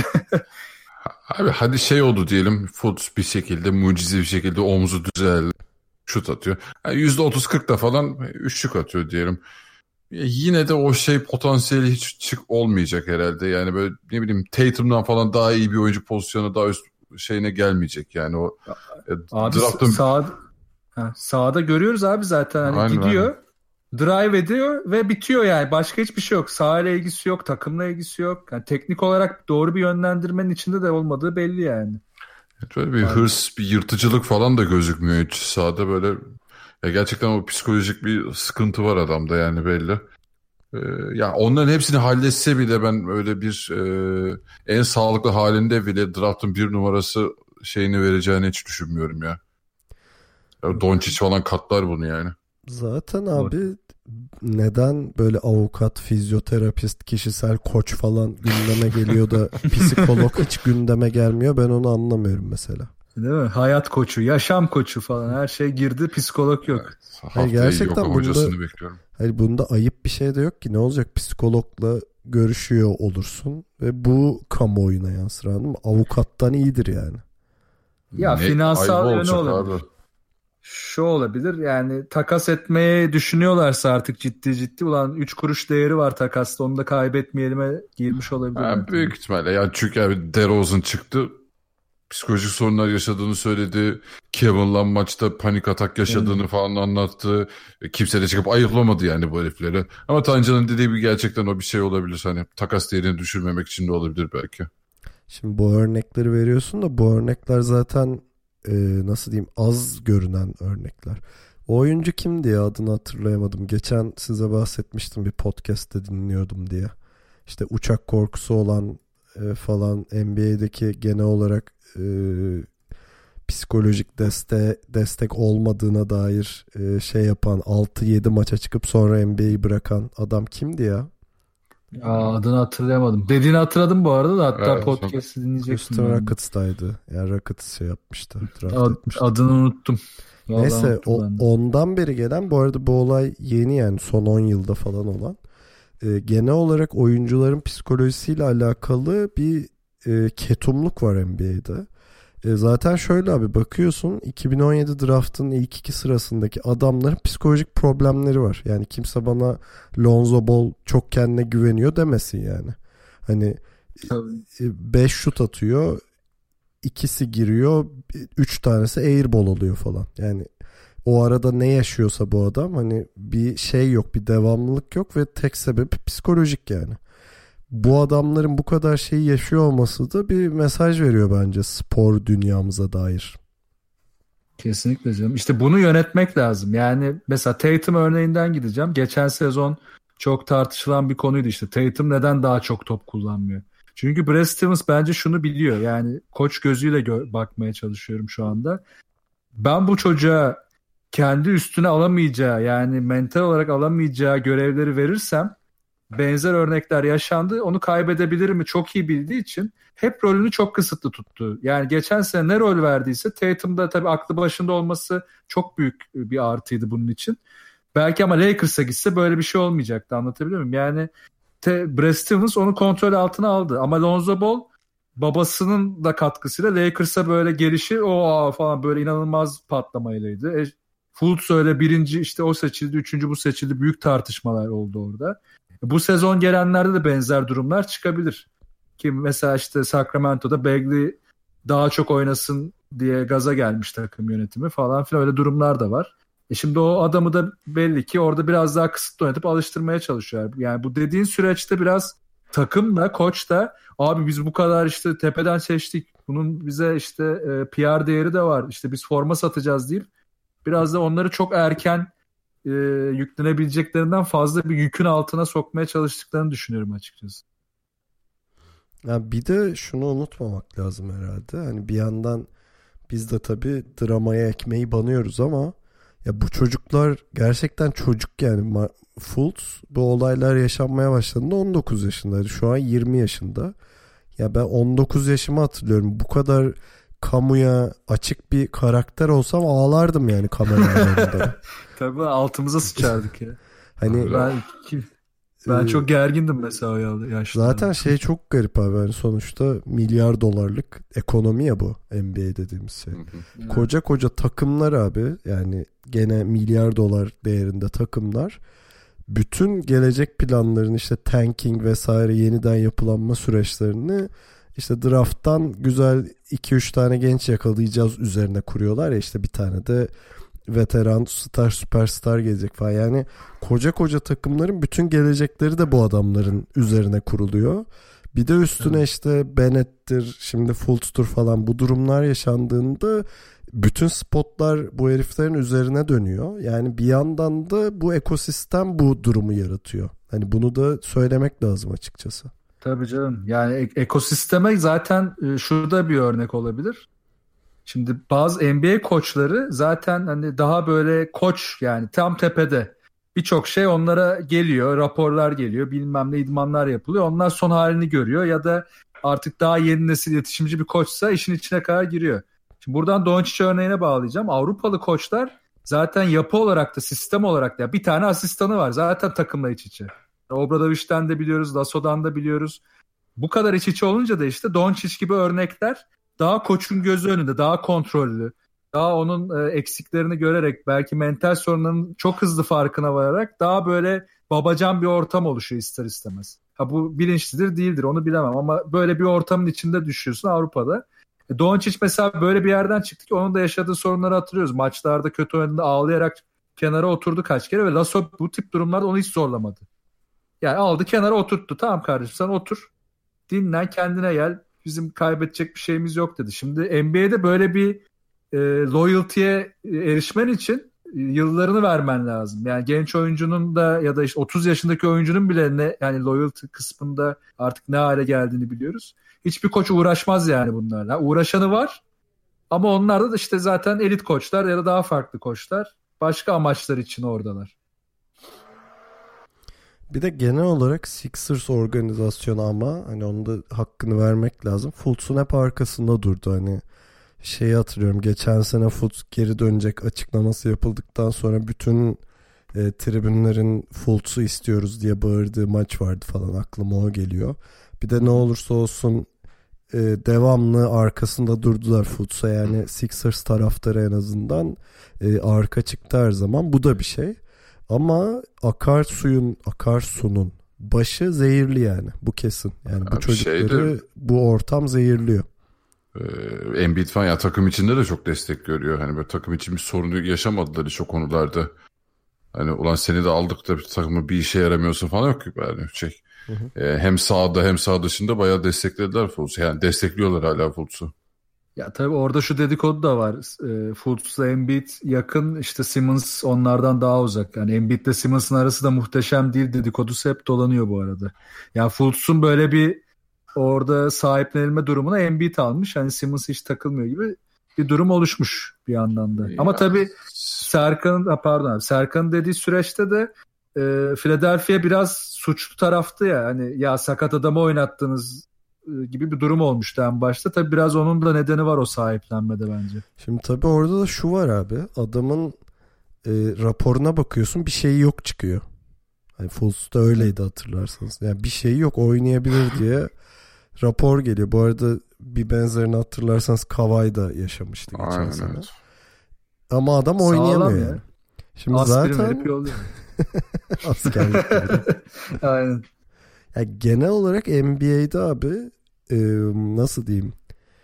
Abi hadi şey oldu diyelim, Fultz bir şekilde mucizevi bir şekilde omuzu düzeldi, şut atıyor. Yani yüzde otuz kırkta falan üçlük atıyor diyelim. Yine de o şey potansiyeli hiç çık olmayacak herhalde. Yani böyle ne bileyim Tatum'dan falan daha iyi bir oyuncu pozisyonu daha üst şeyine gelmeyecek yani o. Abi draft'ın... sağ, ha, sağda görüyoruz abi zaten hani aynen, gidiyor. Aynen. Drive ediyor ve bitiyor yani. Başka hiçbir şey yok. Sahayla ilgisi yok, takımla ilgisi yok. Yani teknik olarak doğru bir yönlendirmenin içinde de olmadığı belli yani. Evet, böyle bir yani. Hırs, bir yırtıcılık falan da gözükmüyor hiç sahada böyle. Ya gerçekten o psikolojik bir sıkıntı var adamda yani belli. Ee, ya onların hepsini halletse bile ben öyle bir e, en sağlıklı halinde bile draft'ın bir numarası şeyini vereceğini hiç düşünmüyorum ya. ya Doncic falan katlar bunu yani. Zaten abi neden böyle avukat, fizyoterapist, kişisel koç falan gündeme geliyor da psikolog hiç gündeme gelmiyor, ben onu anlamıyorum mesela. Değil mi? Hayat koçu, yaşam koçu falan her şey girdi, psikolog yok. Evet, hayır, gerçekten yok, hocasını bunda, bekliyorum. Hayır, bunda ayıp bir şey de yok ki, ne olacak, psikologla görüşüyor olursun ve bu kamuoyuna yansır, anladın mı? Avukattan iyidir yani. Ya ne, finansal yönü olabilir. Abi. Şu olabilir yani, takas etmeyi düşünüyorlarsa artık ciddi ciddi, ulan üç kuruş değeri var takasta, onu da kaybetmeyelim'e girmiş olabilir. Yani büyük ihtimalle yani, çünkü yani DeRozan çıktı, psikolojik sorunlar yaşadığını söyledi. Kevin Love maçta panik atak yaşadığını hmm. falan anlattı. Kimse de çıkıp ayıplamadı yani bu herifleri. Ama Tancan'ın dediği gibi gerçekten o bir şey olabilir. Hani takas değerini düşürmemek için de olabilir belki. Şimdi bu örnekleri veriyorsun da bu örnekler zaten e, nasıl diyeyim, az görünen örnekler. O oyuncu kimdi ya, adını hatırlayamadım. Geçen size bahsetmiştim, bir podcast'te dinliyordum diye. İşte uçak korkusu olan e, falan, N B A'deki genel olarak e, psikolojik deste, destek olmadığına dair e, şey yapan, altı yedi maça çıkıp sonra N B A'yi bırakan adam kimdi ya? Aa, adını hatırlayamadım. Dediğini hatırladım bu arada da, hatta evet, podcast'ı dinleyeceksin. Houston Rockets'taydı. Yani Rockets şey yapmıştı. Ad, adını unuttum. Vallahi neyse o, ondan beri gelen, bu arada bu olay yeni yani, son on yılda falan olan. E, genel olarak oyuncuların psikolojisiyle alakalı bir e, ketumluk var N B A'de. E, zaten şöyle abi, bakıyorsun iki bin on yedi draft'ın ilk iki sırasındaki adamların psikolojik problemleri var. Yani kimse bana Lonzo Ball çok kendine güveniyor demesin yani. Hani beş şut atıyor, ikisi giriyor, üç tanesi airball oluyor falan. Yani o arada ne yaşıyorsa bu adam, hani bir şey yok, bir devamlılık yok ve tek sebebi psikolojik yani. Bu adamların bu kadar şeyi yaşıyor olması da bir mesaj veriyor bence spor dünyamıza dair. Kesinlikle canım. İşte bunu yönetmek lazım. Yani mesela Tatum örneğinden gideceğim. Geçen sezon çok tartışılan bir konuydu işte. Tatum neden daha çok top kullanmıyor? Çünkü Brad Stevens bence şunu biliyor. Yani koç gözüyle gö- bakmaya çalışıyorum şu anda. Ben bu çocuğa kendi üstüne alamayacağı, yani mental olarak alamayacağı görevleri verirsem, benzer örnekler yaşandı, onu kaybedebilir mi çok iyi bildiği için hep rolünü çok kısıtlı tuttu. Yani geçen sene ne rol verdiyse, Tatum'da tabii aklı başında olması çok büyük bir artıydı bunun için. Belki ama Lakers'a gitse böyle bir şey olmayacaktı, anlatabiliyor muyum? Yani te, Brad Stevens onu kontrol altına aldı ama Lonzo Ball babasının da katkısıyla Lakers'a böyle gelişi o falan böyle inanılmaz patlamaylaydı. E, Fultz öyle birinci işte o seçildi, üçüncü bu seçildi, büyük tartışmalar oldu orada. Bu sezon gelenlerde de benzer durumlar çıkabilir. Ki mesela işte Sacramento'da Bagley daha çok oynasın diye gaza gelmiş takım yönetimi falan filan, öyle durumlar da var. E şimdi o adamı da belli ki orada biraz daha kısıtlı oynatıp alıştırmaya çalışıyorlar. Yani bu dediğin süreçte biraz takım da koç da abi biz bu kadar işte tepeden seçtik, bunun bize işte e, P R değeri de var, işte biz forma satacağız deyip biraz da onları çok erken e, yüklenebileceklerinden fazla bir yükün altına sokmaya çalıştıklarını düşünüyorum açıkçası. Ya bir de şunu unutmamak lazım herhalde. Hani bir yandan biz de tabii dramaya ekmeği banıyoruz ama ya bu çocuklar gerçekten çocuk yani. Fultz bu olaylar yaşanmaya başladığında on dokuz yaşındaydı. Şu an yirmi yaşında. Ya ben on dokuz yaşımı hatırlıyorum. Bu kadar kamuya açık bir karakter olsam ağlardım yani kameranın önünde. Tabii altımıza sıçardık ya. Hani ben ben e, çok gergindim mesela o yaşta. Zaten şey çok garip abi. Yani sonuçta milyar dolarlık ekonomi ya bu N B A dediğimiz şey. Evet. Koca koca takımlar abi, yani gene milyar dolar değerinde takımlar bütün gelecek planlarını, işte tanking vesaire, yeniden yapılanma süreçlerini işte draft'tan güzel iki üç tane genç yakalayacağız üzerine kuruyorlar ya, işte bir tane de veteran star süperstar gelecek falan. Yani koca koca takımların bütün gelecekleri de bu adamların üzerine kuruluyor. Bir de üstüne evet. işte Bennett'tir, şimdi Fultz'tur falan, bu durumlar yaşandığında bütün spotlar bu heriflerin üzerine dönüyor. Yani bir yandan da bu ekosistem bu durumu yaratıyor. Hani bunu da söylemek lazım açıkçası. Tabii canım. Yani ekosisteme zaten şurada bir örnek olabilir. Şimdi bazı N B A koçları zaten hani daha böyle koç, yani tam tepede. Birçok şey onlara geliyor, raporlar geliyor, bilmem ne idmanlar yapılıyor. Onlar son halini görüyor ya da artık daha yeni nesil iletişimci bir koçsa işin içine kadar giriyor. Şimdi buradan Doncic örneğine bağlayacağım. Avrupalı koçlar zaten yapı olarak da sistem olarak da bir tane asistanı var. Zaten takımla iç içe. Obradovic'den de biliyoruz, Lasso'dan da biliyoruz. Bu kadar iç içe olunca da işte Doncic gibi örnekler daha koçun gözü önünde, daha kontrollü, daha onun e, eksiklerini görerek, belki mental sorunların çok hızlı farkına vararak daha böyle babacan bir ortam oluşuyor ister istemez. Ha bu bilinçlidir değildir onu bilemem ama böyle bir ortamın içinde düşüyorsun Avrupa'da. E, Doncic mesela böyle bir yerden çıktı ki onun da yaşadığı sorunları hatırlıyoruz. Maçlarda kötü oynadığında ağlayarak kenara oturdu kaç kere ve Lasso bu tip durumlarda onu hiç zorlamadı. Yani aldı kenara oturttu. Tamam kardeşim sen otur, dinlen, kendine gel. Bizim kaybedecek bir şeyimiz yok dedi. Şimdi N B A'de böyle bir e, loyalty'ye erişmen için e, yıllarını vermen lazım. Yani genç oyuncunun da ya da işte otuz yaşındaki oyuncunun bile ne, yani loyalty kısmında artık ne hale geldiğini biliyoruz. Hiçbir koç uğraşmaz yani bunlarla. Uğraşanı var ama onlar da işte zaten elit koçlar ya da daha farklı koçlar. Başka amaçlar için oradalar. Bir de genel olarak Sixers organizasyonu, ama hani onun da hakkını vermek lazım. Fultz'un hep arkasında durdu. Hani şeyi hatırlıyorum, geçen sene Fultz geri dönecek açıklaması yapıldıktan sonra bütün e, tribünlerin Fultz'u istiyoruz diye bağırdığı maç vardı falan, aklıma o geliyor. Bir de ne olursa olsun e, devamlı arkasında durdular Fultz'a, yani Sixers taraftarı en azından e, arka çıktı her zaman. Bu da bir şey. Ama akarsuyun, akarsunun başı zehirli yani. Bu kesin. Yani bu Abi çocukları şeyde, bu ortam zehirliyor. Ee, Embiid falan ya takım içinde de çok destek görüyor. Hani böyle takım için bir sorunu yaşamadılar hiç o konularda. Hani ulan seni de aldık da bir takımı bir işe yaramıyorsun falan yok ki yani. Şey. Hı hı. Ee, hem sahada hem saha dışında bayağı desteklediler Fultz'u. Yani destekliyorlar hala Fultz'u. Ya tabii orada şu dedikodu da var. E, Fultz'la Embiid yakın, işte Simmons onlardan daha uzak. Yani Embiid'le Simmons'ın arası da muhteşem değil dedikodusu hep dolanıyor bu arada. Yani Fultz'un böyle bir orada sahiplenilme durumuna Embiid almış. Hani Simmons hiç takılmıyor gibi bir durum oluşmuş bir yandan da. Ya. Ama tabii Serkan'ın pardon abi Serkan'ın dediği süreçte de e, Philadelphia biraz suçlu taraftı ya. Hani ya sakat adamı oynattınız gibi bir durum olmuştu en başta. Tabii biraz onun da nedeni var o sahiplenmede bence. Şimdi tabii orada da şu var abi. Adamın e, raporuna bakıyorsun, bir şeyi yok çıkıyor. Hani Fultz'da öyleydi hatırlarsanız. Yani bir şeyi yok, oynayabilir diye rapor geliyor. Bu arada bir benzerini hatırlarsanız Kawhi da yaşamıştı geçen Aynen, sene. Evet. Ama adam Sağlam oynayamıyor ya. yani. Şimdi Aspirin zaten askerlik gibi. Aynen. Yani genel olarak N B A'de abi e, nasıl diyeyim,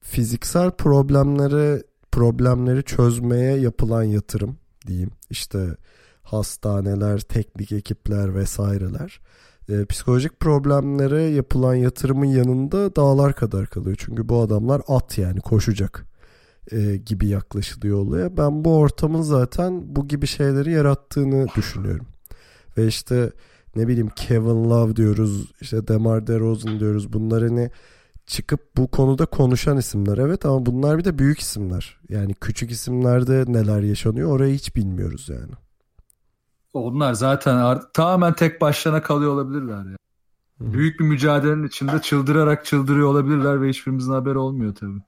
fiziksel problemleri problemleri çözmeye yapılan yatırım diyeyim. İşte hastaneler, teknik ekipler vesaireler. E, psikolojik problemlere yapılan yatırımın yanında dağlar kadar kalıyor. Çünkü bu adamlar at, yani koşacak e, gibi yaklaşılıyor olaya. Ben bu ortamın zaten bu gibi şeyleri yarattığını düşünüyorum. Ve işte ne bileyim Kevin Love diyoruz, işte DeMar DeRozan diyoruz. Bunlar hani çıkıp bu konuda konuşan isimler, evet, ama bunlar bir de büyük isimler. Yani küçük isimlerde neler yaşanıyor orayı hiç bilmiyoruz yani. Onlar zaten tamamen tek başlarına kalıyor olabilirler ya. Hı. Büyük bir mücadelenin içinde çıldırarak çıldırıyor olabilirler ve hiçbirimizin haberi olmuyor tabii.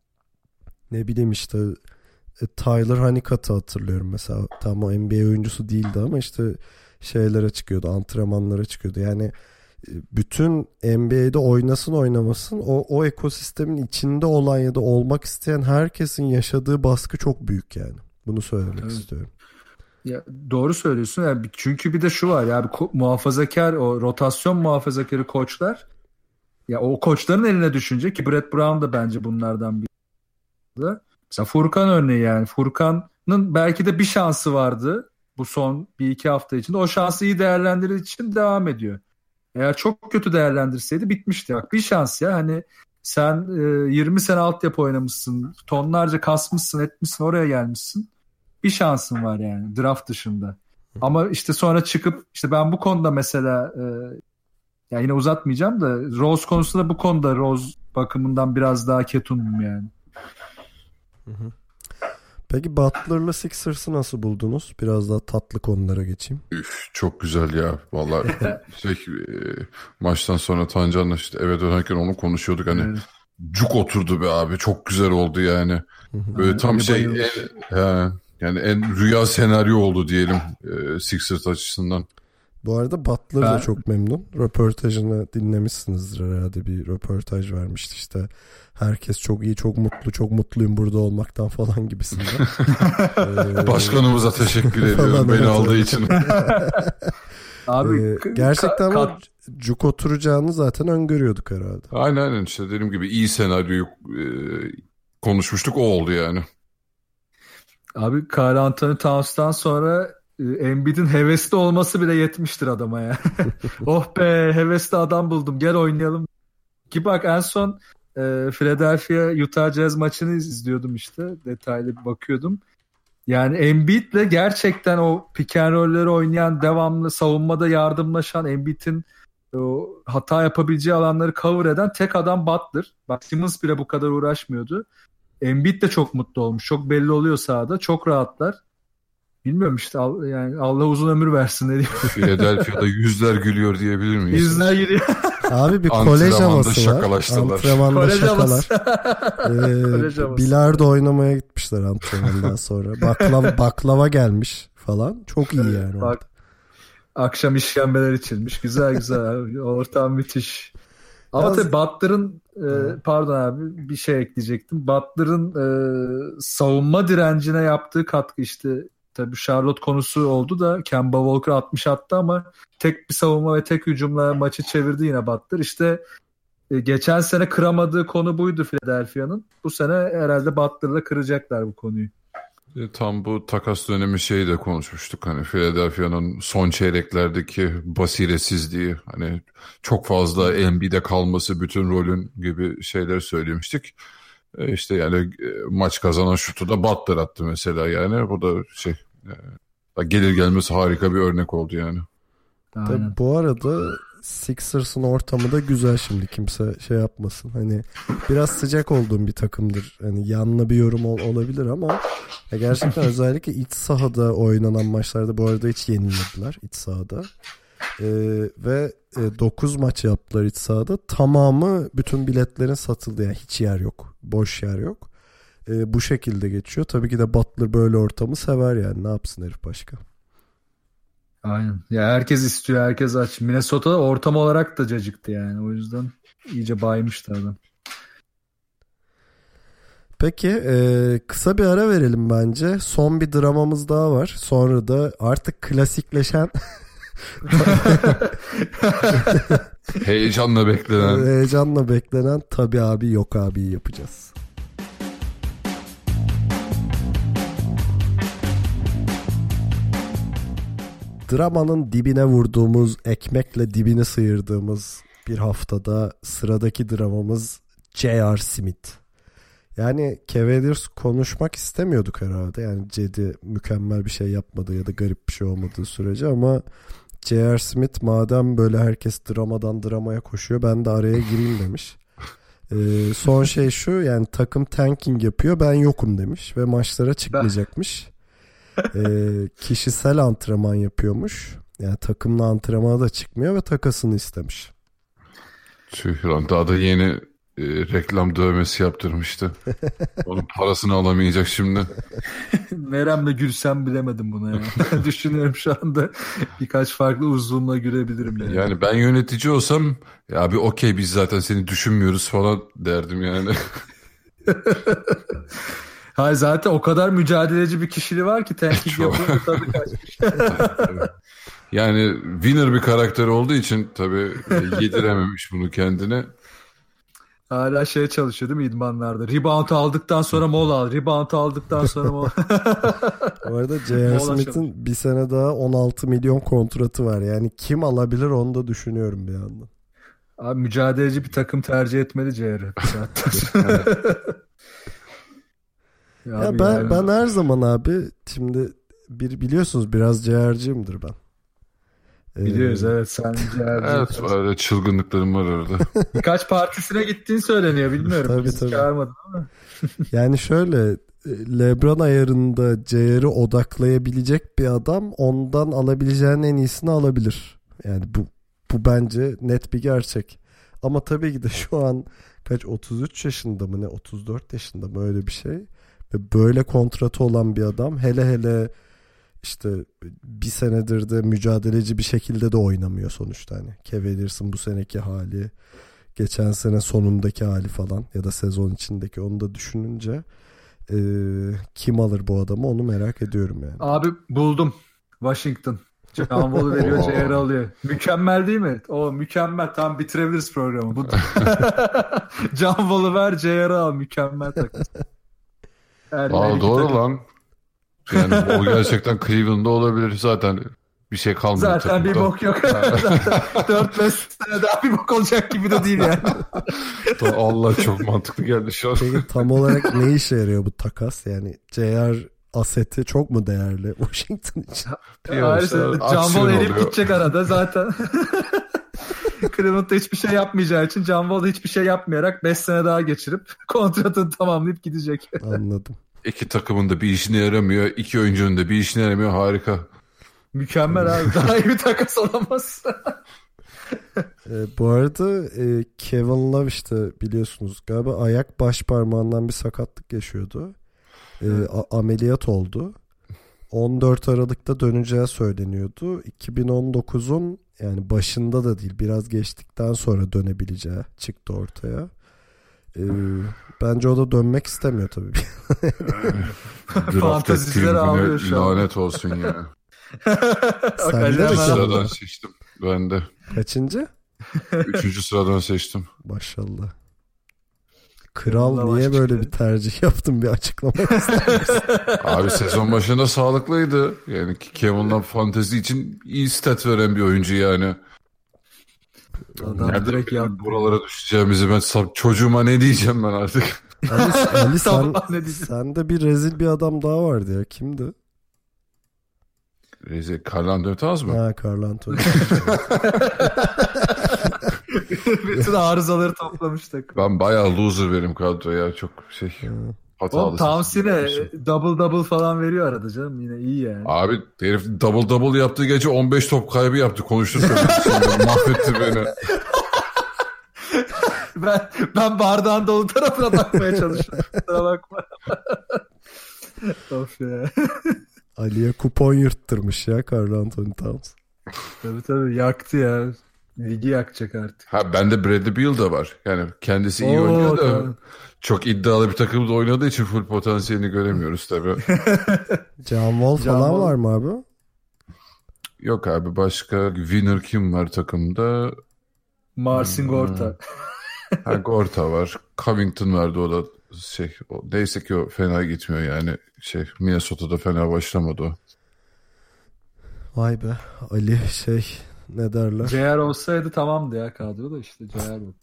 Ne bileyim işte Tyler Honeycutt'ı hatırlıyorum mesela. Tam o N B A oyuncusu değildi ama işte şeylere çıkıyordu, antrenmanlara çıkıyordu. Yani bütün N B A'de oynasın oynamasın o, o ekosistemin içinde olan ya da olmak isteyen herkesin yaşadığı baskı çok büyük yani. Bunu söylemek evet. istiyorum. Ya doğru söylüyorsun. Yani çünkü bir de şu var ya, ko- muhafazakar, o rotasyon muhafazakarı koçlar, ya o koçların eline düşünce ki Brett Brown da bence bunlardan biri. Mesela Furkan örneği, yani Furkan'ın belki de bir şansı vardı bu son bir iki hafta içinde. O şansı iyi değerlendirdiği için devam ediyor. Eğer çok kötü değerlendirseydi bitmişti. Bak bir şans ya, hani sen e, yirmi sene altyapı oynamışsın, tonlarca kasmışsın, etmişsin, oraya gelmişsin. Bir şansın var yani draft dışında. Ama işte sonra çıkıp işte ben bu konuda mesela e, yani yine uzatmayacağım da Rose konusunda bu konuda Rose bakımından biraz daha ketumum yani. Hı hı. Peki Butler'la Sixers'ı nasıl buldunuz? Biraz daha tatlı konulara geçeyim. Üf, çok güzel ya. Vallahi şey, e, maçtan sonra Tancan'la işte eve dönerken onu konuşuyorduk. Hani evet. Cuk oturdu be abi. Çok güzel oldu yani. Böyle tam yani şey en, he, yani en rüya senaryo oldu diyelim e, Sixers açısından. Bu arada Butler ben... da çok memnun. Röportajını dinlemişsinizdir herhalde. Bir röportaj vermişti işte. Herkes çok iyi, çok mutlu, çok mutluyum burada olmaktan falan gibisinden. ee, Başkanımıza teşekkür ediyorum beni aldığı için. Abi ee, gerçekten ka- cuk oturacağını zaten öngörüyorduk herhalde. Aynen aynen işte dediğim gibi iyi senaryoyu e, konuşmuştuk, o oldu yani. Abi Karl Anthony Towns'tan sonra Embiid'in hevesli olması bile yetmiştir adama ya. Oh be, hevesli adam buldum, gel oynayalım. Ki bak en son e, Philadelphia Utah Jazz maçını izliyordum işte. Detaylı bir bakıyordum. Yani Embiid'le gerçekten o pick and roll'leri oynayan, devamlı savunmada yardımlaşan, Embiid'in o hata yapabileceği alanları cover eden tek adam Butler. Bak Simmons bile bu kadar uğraşmıyordu. Embiid de çok mutlu olmuş. Çok belli oluyor sahada. Çok rahatlar. Bilmiyorum işte, yani Allah uzun ömür versin ne diyeyim. Philadelphia'da yüzler gülüyor diyebilir miyiz? Yüzler gülüyor. Abi bir kolej havası var. Antrenmanda kolej şakalar. ee, bilardo oynamaya gitmişler antrenmandan sonra. Baklava, baklava gelmiş falan. Çok iyi yani. Bak, akşam işkembeler içilmiş. Güzel güzel. Ortam müthiş. Ama Yalnız... tabii Butler'ın e, pardon abi bir şey ekleyecektim. Butler'ın e, savunma direncine yaptığı katkı işte. Tabii Charlotte konusu oldu da Kemba Walker altmış attı ama tek bir savunma ve tek hücumla maçı çevirdi yine Butler. İşte e, geçen sene kıramadığı konu buydu Philadelphia'nın. Bu sene herhalde Butler'la kıracaklar bu konuyu. E, tam bu takas dönemi şeyi de konuşmuştuk. Hani Philadelphia'nın son çeyreklerdeki basiretsizliği, hani çok fazla N B A'de kalması, bütün rolün gibi şeyler söylemiştik. E, işte yani e, maç kazanan şutu da Butler attı mesela yani. Bu da şey e, gelir gelmez harika bir örnek oldu yani. Tabii bu arada Sixers'ın ortamı da güzel, şimdi kimse şey yapmasın. Hani biraz sıcak olduğum bir takımdır. Hani yanlı bir yorum ol- olabilir ama ya gerçekten özellikle iç sahada oynanan maçlarda bu arada hiç yenilmediler iç sahada. Ee, ve e, dokuz maç yaptılar iç sahada. Tamamı, bütün biletlerin satıldı. Yani hiç yer yok. Boş yer yok. Ee, bu şekilde geçiyor. Tabii ki de Butler böyle ortamı sever yani. Ne yapsın herif başka? Aynen. Ya herkes istiyor, herkes aç. Minnesota ortam olarak da cacıktı yani. O yüzden iyice baymıştı adam. Peki e, kısa bir ara verelim bence. Son bir dramamız daha var. Sonra da artık klasikleşen heyecanla beklenen heyecanla beklenen tabii abi yok abi yapacağız. dramanın dibine vurduğumuz, ekmekle dibini sıyırdığımız bir haftada sıradaki dramamız J R. Smith. Yani Cavaliers konuşmak istemiyorduk herhalde. Yani Cedi mükemmel bir şey yapmadığı ya da garip bir şey olmadığı sürece, ama J R. Smith madem böyle herkes dramadan dramaya koşuyor, ben de araya gireyim demiş. Ee, son şey şu, yani takım tanking yapıyor, ben yokum demiş ve maçlara çıkmayacakmış. Ee, kişisel antrenman yapıyormuş. Yani takımla antrenmana da çıkmıyor ve takasını istemiş. Tüh lan, daha da yeni e, reklam dövmesi yaptırmıştı. Onun parasını alamayacak şimdi. Neremle gülsem bilemedim bunu ya. Düşünüyorum şu anda birkaç farklı uzunluğa gülebilirim yani. Yani ben yönetici olsam ya abi okey biz zaten seni düşünmüyoruz falan derdim yani. Hayır, zaten o kadar mücadeleci bir kişiliği var ki tanking yapıyor, tadı kaçmış. Yani winner bir karakter olduğu için tabii yedirememiş bunu kendine. Hala şey çalışıyor değil mi idmanlarda? Rebound aldıktan sonra mola al. Rebound aldıktan sonra mola. Bu arada J R. Smith'in bir sene daha on altı milyon kontratı var. Yani kim alabilir onu da düşünüyorum bir yandan. Abi mücadeleci bir takım tercih etmeli J R. ya ya ben yani... ben her zaman abi şimdi bir biliyorsunuz biraz J R'ciyimdir ben. Biliyoruz ee, evet sen J R'ci. Evet öyle çılgınlıklarım var orada. Birkaç partisine gittiğin söyleniyor bilmiyorum. Tabii, Bizi tabii. çağırmadın ama. Yani şöyle LeBron ayarında J R'i odaklayabilecek bir adam ondan alabileceğin en iyisini alabilir. Yani bu bu bence net bir gerçek. Ama tabii ki de şu an kaç otuz üç yaşında mı ne otuz dört yaşında mı öyle bir şey. Ve böyle kontratı olan bir adam hele hele işte bir senedir de mücadeleci bir şekilde de oynamıyor sonuçta. Hani Cavaliers'ın bu seneki hali, geçen sene sonundaki hali falan ya da sezon içindeki, onu da düşününce e, kim alır bu adamı onu merak ediyorum yani. Abi buldum. Washington. John Wall'u veriyor, J R alıyor. Mükemmel değil mi? O mükemmel. Tam bitirebiliriz programı. Bu... John Wall'u ver, J R al. Mükemmel takım. Aa, doğru takım. Lan. Yani o gerçekten Cleveland'da olabilir. Zaten bir şey kalmadı. Zaten takımda. Bir bok yok. dört beş sene daha bir bok olacak gibi de değil yani. Allah çok mantıklı geldi şu an. Peki tam olarak ne işe yarıyor bu takas? Yani J R aseti çok mu değerli Washington için? Hayır, John Wall erip gidecek arada zaten. Cleveland'da hiçbir şey yapmayacağı için John Wall hiçbir şey yapmayarak beş sene daha geçirip kontratını tamamlayıp gidecek. Anladım. İki takımın da bir işine yaramıyor. İki oyuncunun da bir işine yaramıyor. Harika. Mükemmel abi. Daha iyi bir takas olamaz. e, bu arada e, Kevin Love işte biliyorsunuz galiba ayak baş parmağından bir sakatlık yaşıyordu. E, a- ameliyat oldu. on dört Aralık'ta döneceği söyleniyordu. iki bin on dokuzun yani başında da değil, biraz geçtikten sonra dönebileceği çıktı ortaya. Ee, bence o da dönmek istemiyor tabii. Fanteziler ağlıyor şu an. Lanet olsun ya. Sen de sıradan seçtim. Ben de. Kaçıncı? Üçüncü sıradan seçtim. Maşallah. Kral Allah niye böyle çıktı. Bir tercih yaptın, bir açıklamak ister misin? Abi sezon başında sağlıklıydı. Yani Kevin Love fantezi için iyi stat veren bir oyuncu yani. Adam nerede direkt buralara düşeceğimizi ben çocuğuma ne diyeceğim ben artık. Ali, Ali sen, sen de bir rezil bir adam daha vardı ya. Kimdi? Rezil Karl Anthony Towns mı? Ha, Karl Anthony. Bütün arızaları toplamıştık. Ben bayağı loser benim kadroya. Çok şey hatalı. O Towns yine double double falan veriyor arada canım. Yine iyi yani. Abi herif double double yaptığı gece on beş top kaybı yaptı. Konuştuk. Mahvetti beni. ben, ben bardağın dolu tarafına bakmaya çalışıyorum. Kusura bakma. Of ya. Ali'ye kupon yırttırmış ya Karl Anthony Towns. Tabii tabii yaktı ya. Ligi yakacak artık. Ha bende Bradley Beal da var. Yani kendisi iyi Oo, oynuyor da tamam. Çok iddialı bir takımda oynadığı için full potansiyelini göremiyoruz tabii. John Wall falan Wall. Var mı abi? Yok abi, başka winner kim var takımda? Marcin Gorta. Ha, Gorta var. Covington vardı, o da şey o, neyse ki o fena gitmiyor yani. Şey Minnesota'da fena başlamadı o. Vay be Ali şey ne derler? C R olsaydı tamamdı ya kadro da işte C R yok.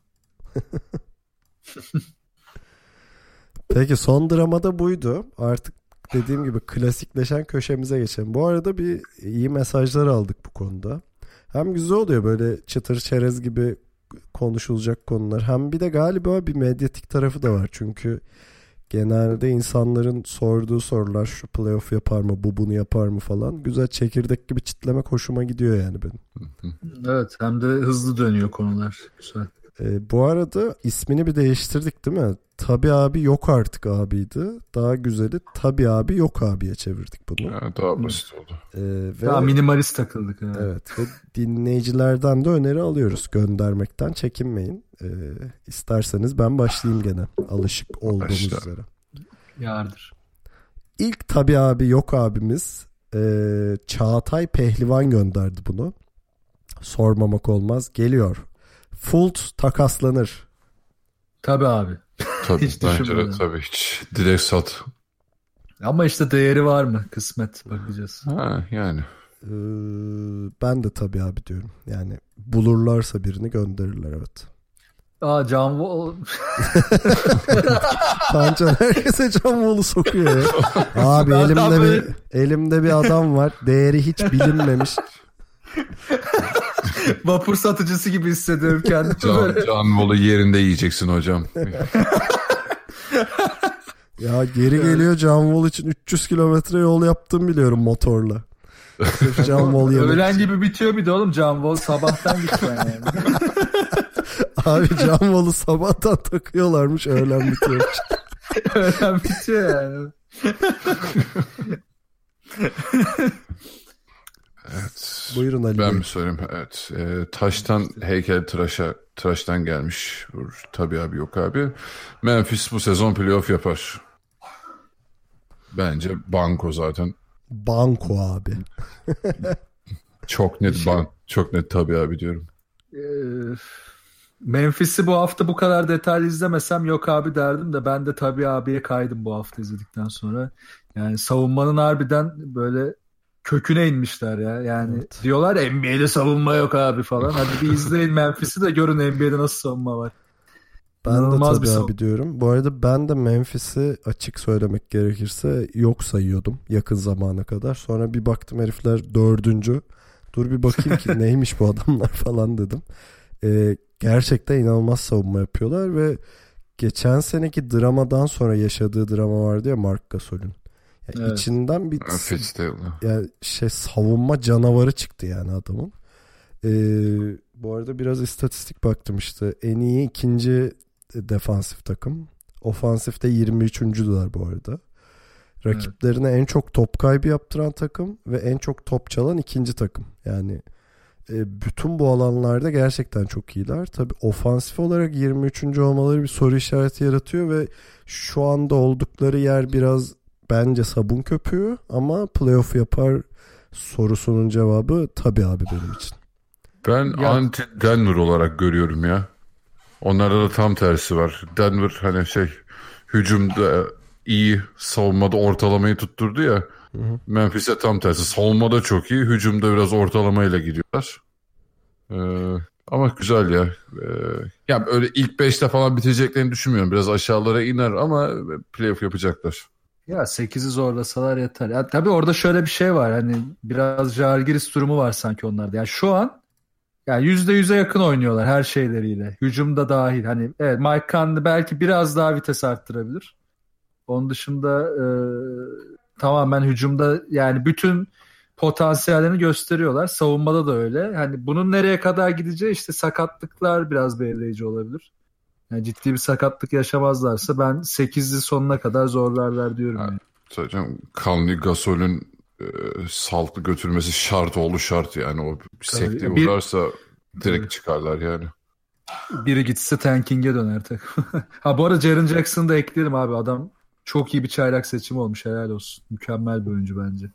Peki son dramada buydu. Artık dediğim gibi klasikleşen köşemize geçelim. Bu arada bir iyi mesajlar aldık bu konuda. Hem güzel oluyor böyle çıtır çerez gibi konuşulacak konular. Hem bir de galiba bir medyatik tarafı da var. Çünkü genelde insanların sorduğu sorular şu playoff yapar mı, bu bunu yapar mı falan. Güzel çekirdek gibi çitlemek hoşuma gidiyor yani benim. Evet, hem de hızlı dönüyor konular. Güzel. Ee, bu arada ismini bir değiştirdik değil mi? Tabii abi yok artık abiydi. Daha güzeli tabii abi yok abiye çevirdik bunu. Yani daha basit oldu. Ee, ve, Daha minimalist takıldık. Yani. Evet ve dinleyicilerden de öneri alıyoruz. Göndermekten çekinmeyin. Ee, isterseniz ben başlayayım gene. Alışık olduğumuz Başla. üzere. Yardır. İlk tabii abi yok abimiz e, Çağatay Pehlivan gönderdi bunu. Sormamak olmaz. Geliyor. Fultz takaslanır. Tabii abi. Tabii Hiç bence de düşünmedim. tabii hiç. Direkt sat. Ama işte değeri var mı? Kısmet bakacağız. Ha, yani. Ee, ben de tabii abi diyorum. Yani bulurlarsa birini gönderirler evet. Aa John Wall. Pancan herkese John Wall'u sokuyor ya. Abi Ben elimde tabii. bir elimde bir adam var. Değeri hiç bilinmemiş. Vapur satıcısı gibi hissediyorum kendimi Can, böyle. Can Wall'u yerinde yiyeceksin hocam. Ya geri geliyor John Wall için üç yüz kilometre yol yaptım biliyorum motorla. Sırf John Wall yemek Öğlen için. gibi bitiyor bir de oğlum John Wall sabahtan gitti yani. Abi John Wall'u sabahtan takıyorlarmış öğlen bitiyor. Öğlen bitiyor yani. Evet. Buyurun Ali Ben Bey. mi söyleyeyim? Evet. Ee, taştan heykel tıraşa tıraştan gelmiş. Tabii abi yok abi. Memphis bu sezon playoff yapar. Bence banko zaten. Banko abi. Çok net bank. Çok net tabii abi diyorum. Ee, Memphis'i bu hafta bu kadar detaylı izlemesem yok abi derdim de ben de tabii abiye kaydım bu hafta izledikten sonra. Yani savunmanın harbiden böyle köküne inmişler ya. Yani Evet. diyorlar ya N B A'de savunma yok abi falan. Hadi bir izleyin Memphis'i de görün N B A'de nasıl savunma var. Ben de İnanılmaz bir tabii savun- abi diyorum. Bu arada ben de Memphis'i açık söylemek gerekirse yok sayıyordum yakın zamana kadar. Sonra bir baktım herifler dördüncü. Dur bir bakayım ki neymiş bu adamlar falan dedim. Ee, gerçekten inanılmaz savunma yapıyorlar ve geçen seneki dramadan sonra yaşadığı drama vardı ya Marc Gasol'ün. Yani Evet. içinden bir Fitzgerald. yani şey savunma canavarı çıktı yani adamın. Ee, bu arada biraz istatistik baktım işte. En iyi ikinci defansif takım. Ofansifte yirmi üçüncüdüler bu arada. Rakiplerine en çok top kaybı yaptıran takım ve en çok top çalan ikinci takım. Yani e, bütün bu alanlarda gerçekten çok iyiler. Tabii ofansif olarak yirmi üçüncü olmaları bir soru işareti yaratıyor ve şu anda oldukları yer biraz bence sabun köpüğü ama playoff yapar sorusunun cevabı tabii abi benim için. Ben Ya- anti Denver olarak görüyorum ya. Onlarda da tam tersi var. Denver hani şey hücumda iyi, savunmada ortalamayı tutturdu ya. Hı hı. Memphis'e tam tersi. Savunmada çok iyi, hücumda biraz ortalamayla gidiyorlar. Ee, ama güzel ya. Ee, ya öyle ilk beşte falan biteceklerini düşünmüyorum. Biraz aşağılara iner ama playoff yapacaklar. Ya sekizi zorlasalar yeter. Ya tabii orada şöyle bir şey var. Hani biraz Žalgiris durumu var sanki onlarda. Yani şu an yani yüzde yüze yakın oynuyorlar her şeyleriyle. Hücumda dahil. Hani evet Mike Conley belki biraz daha vites arttırabilir. Onun dışında e, tamamen hücumda yani bütün potansiyellerini gösteriyorlar. Savunmada da öyle. Hani bunun nereye kadar gideceği işte sakatlıklar biraz belirleyici olabilir. Yani ciddi bir sakatlık yaşamazlarsa ben sekizli sonuna kadar zorlarlar diyorum. Ha. Yani. Sadece Conley, Gasol'ün e, sağlıklı götürmesi şart oğlu şart yani. O sekteye Bir- uğrarsa direkt Tabii. çıkarlar yani. Biri gitse tanking'e döner takım. Ha bu arada Jaren Jackson'ı da ekleyelim abi. Adam çok iyi bir çaylak seçimi olmuş. Helal olsun. Mükemmel bir oyuncu bence.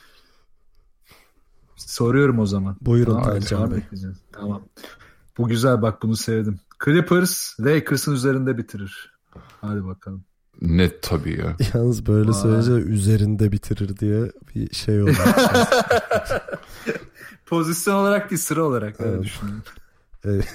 Soruyorum o zaman. Buyurun Tamam, Tancan tamam, Bey. bekleyeceğiz. Tamam. Bu güzel bak bunu sevdim. Clippers Lakers'ın üzerinde bitirir. Hadi bakalım. Net tabii ya. Yalnız böyle Aa. söyleyince üzerinde bitirir diye bir şey oldu. Pozisyon olarak değil, sıra olarak öyle Evet. düşünüyorum. Evet.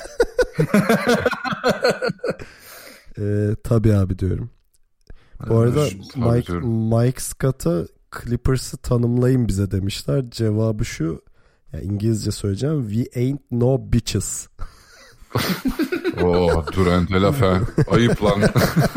Ee, tabii abi diyorum. Bu arada Evet, tabii Mike, diyorum. Mike Scott'a Clippers'ı tanımlayın bize demişler. Cevabı şu. Ya İngilizce söyleyeceğim. We ain't no bitches. Oo, Durant'e laf ha. Ayıp lan.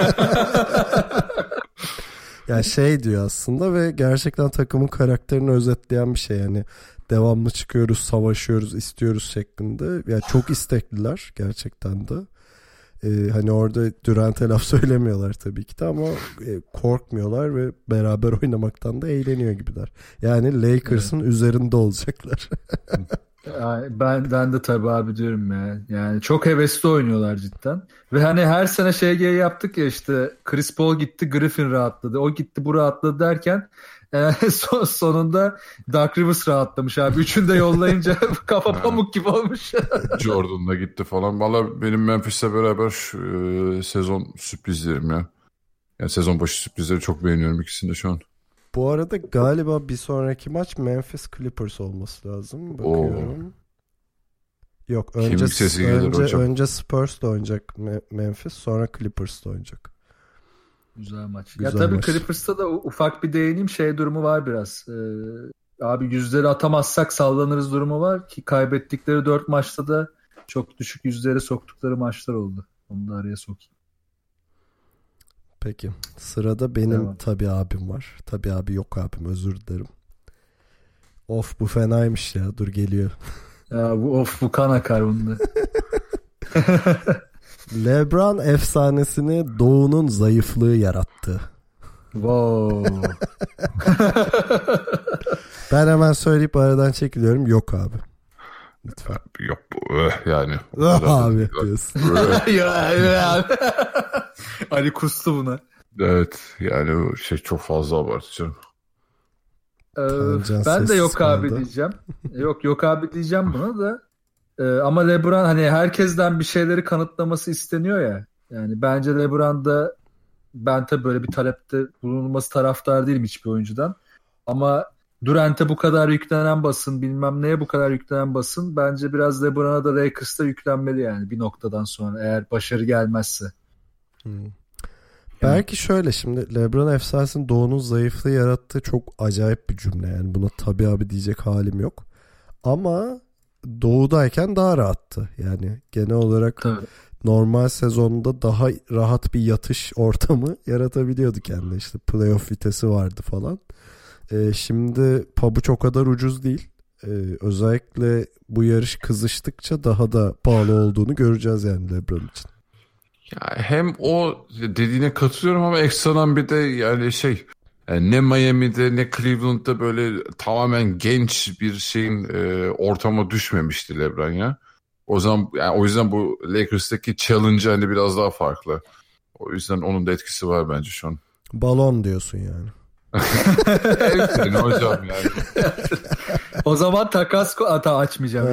Ya şey diyor aslında ve gerçekten takımın karakterini özetleyen bir şey. Yani devamlı çıkıyoruz, savaşıyoruz, istiyoruz şeklinde. Ya çok istekliler gerçekten de. Ee, hani orada Durant'e laf söylemiyorlar tabii ki de ama e, korkmuyorlar ve beraber oynamaktan da eğleniyor gibiler. Yani Lakers'ın evet. üzerinde olacaklar. Yani ben ben de tabii abi diyorum ya. Yani çok hevesli oynuyorlar cidden. Ve hani her sene şey yaptık ya, işte Chris Paul gitti, Griffin rahatladı. O gitti, bu rahatladı derken e, son, sonunda Doug Rivers rahatlamış abi. Üçünü de yollayınca kafa pamuk gibi olmuş. Jordan'la gitti falan. Valla benim Memphis'le beraber şu, e, sezon sürprizlerim ya. Yani sezon başı sürprizleri çok beğeniyorum ikisini de şu an. Bu arada galiba bir sonraki maç Memphis Clippers olması lazım. Bakıyorum. Oo. Yok önce önce, önce Spurs'la oynayacak Memphis, sonra Clippers'la oynayacak. Güzel maç. Güzel ya tabii maç. Clippers'ta da ufak bir değineyim, şey durumu var biraz. Ee, abi yüzleri atamazsak sallanırız durumu var ki kaybettikleri dört maçta da çok düşük yüzleri soktukları maçlar oldu. Onu da araya sokayım. Peki. Sırada benim Devam. tabii abim var. Tabii abi yok abim, özür dilerim. Of bu fenaymış ya. Dur geliyor. Ya bu of bu kan akar bunda. LeBron efsanesini Doğu'nun zayıflığı yarattı. Wow. Ben hemen söyleyip aradan çekiliyorum. Yok abi. Lütfen. Yok bu yani. Abi diyorsun. Ali kustu buna. Evet yani şey çok fazla abartı canım. Ee, ben de yok abi diyeceğim. Yok yok abi diyeceğim buna da. Ee, ama LeBron hani herkesten bir şeyleri kanıtlaması isteniyor ya. Yani bence LeBron da, ben tabii böyle bir talepte bulunulması taraftar değilim hiçbir oyuncudan. Ama Durant'e bu kadar yüklenen basın, bilmem neye bu kadar yüklenen basın, bence biraz LeBron'a da Lakers'ta yüklenmeli yani bir noktadan sonra, eğer başarı gelmezse. Hmm. Belki şöyle, şimdi LeBron efsanesinin Doğu'nun zayıflığı yarattığı çok acayip bir cümle. Yani buna tabii abi diyecek halim yok. Ama Doğu'dayken daha rahattı. Yani genel olarak tabii. Normal sezonda daha rahat bir yatış ortamı yaratabiliyordu kendine. İşte playoff vitesi vardı falan. Ee, şimdi pub'u o kadar ucuz değil. Ee, özellikle bu yarış kızıştıkça daha da pahalı olduğunu göreceğiz yani LeBron için. Ya hem o dediğine katılıyorum ama ekstradan bir de yani şey, yani ne Miami'de ne Cleveland'da böyle tamamen genç bir şeyin e, ortama düşmemişti LeBron ya. O zaman yani o yüzden bu Lakers'taki challenge hani biraz daha farklı. O yüzden onun da etkisi var bence şu an. Balon diyorsun yani. Evet yani hocam yani. O zaman takas ata açmayacağım.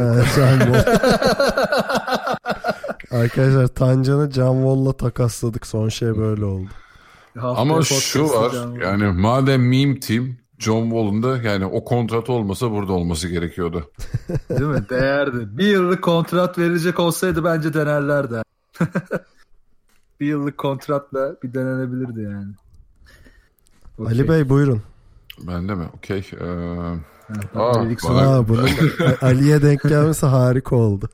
Arkadaşlar Tancan'ı John Wall'la takasladık. Son şey böyle oldu. Haftaya ama şu var yani madem meme team, John Wall'un da yani o kontrat olmasa burada olması gerekiyordu. Değil mi? Değerdi. Bir yıllık kontrat verilecek olsaydı bence denerlerdi. Bir yıllık kontratla bir denenebilirdi yani. Okay. Ali Bey buyurun. Ben de mi? Okey. Ee... Aa, Aa, bunun Ali'ye denk gelmesi harika oldu.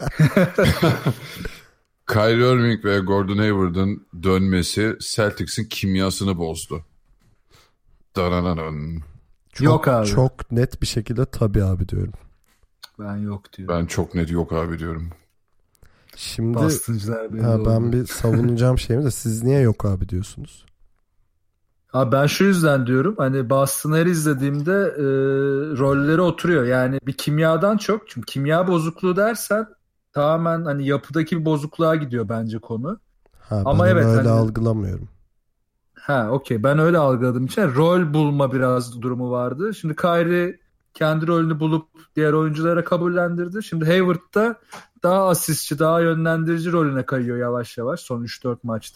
Kyrie Irving ve Gordon Hayward'ın dönmesi Celtics'in kimyasını bozdu. Danananan. Çok, yok abi. Çok net bir şekilde tabii abi diyorum. Ben yok diyorum. Ben çok net yok abi diyorum. Şimdi ha, ben bir savunacağım şeyimi de siz niye yok abi diyorsunuz? Abi ben şu yüzden diyorum, hani Boston'ı her izlediğimde e, rolleri oturuyor. Yani bir kimyadan çok, çünkü kimya bozukluğu dersen tamamen hani yapıdaki bir bozukluğa gidiyor bence konu. Ha, ama evet öyle hani, algılamıyorum. Ha okey, ben öyle algıladığım için rol bulma biraz durumu vardı. Şimdi Kyrie kendi rolünü bulup diğer oyunculara kabullendirdi. Şimdi Hayward da daha asistçi, daha yönlendirici rolüne kayıyor yavaş yavaş son üç dört maçtır.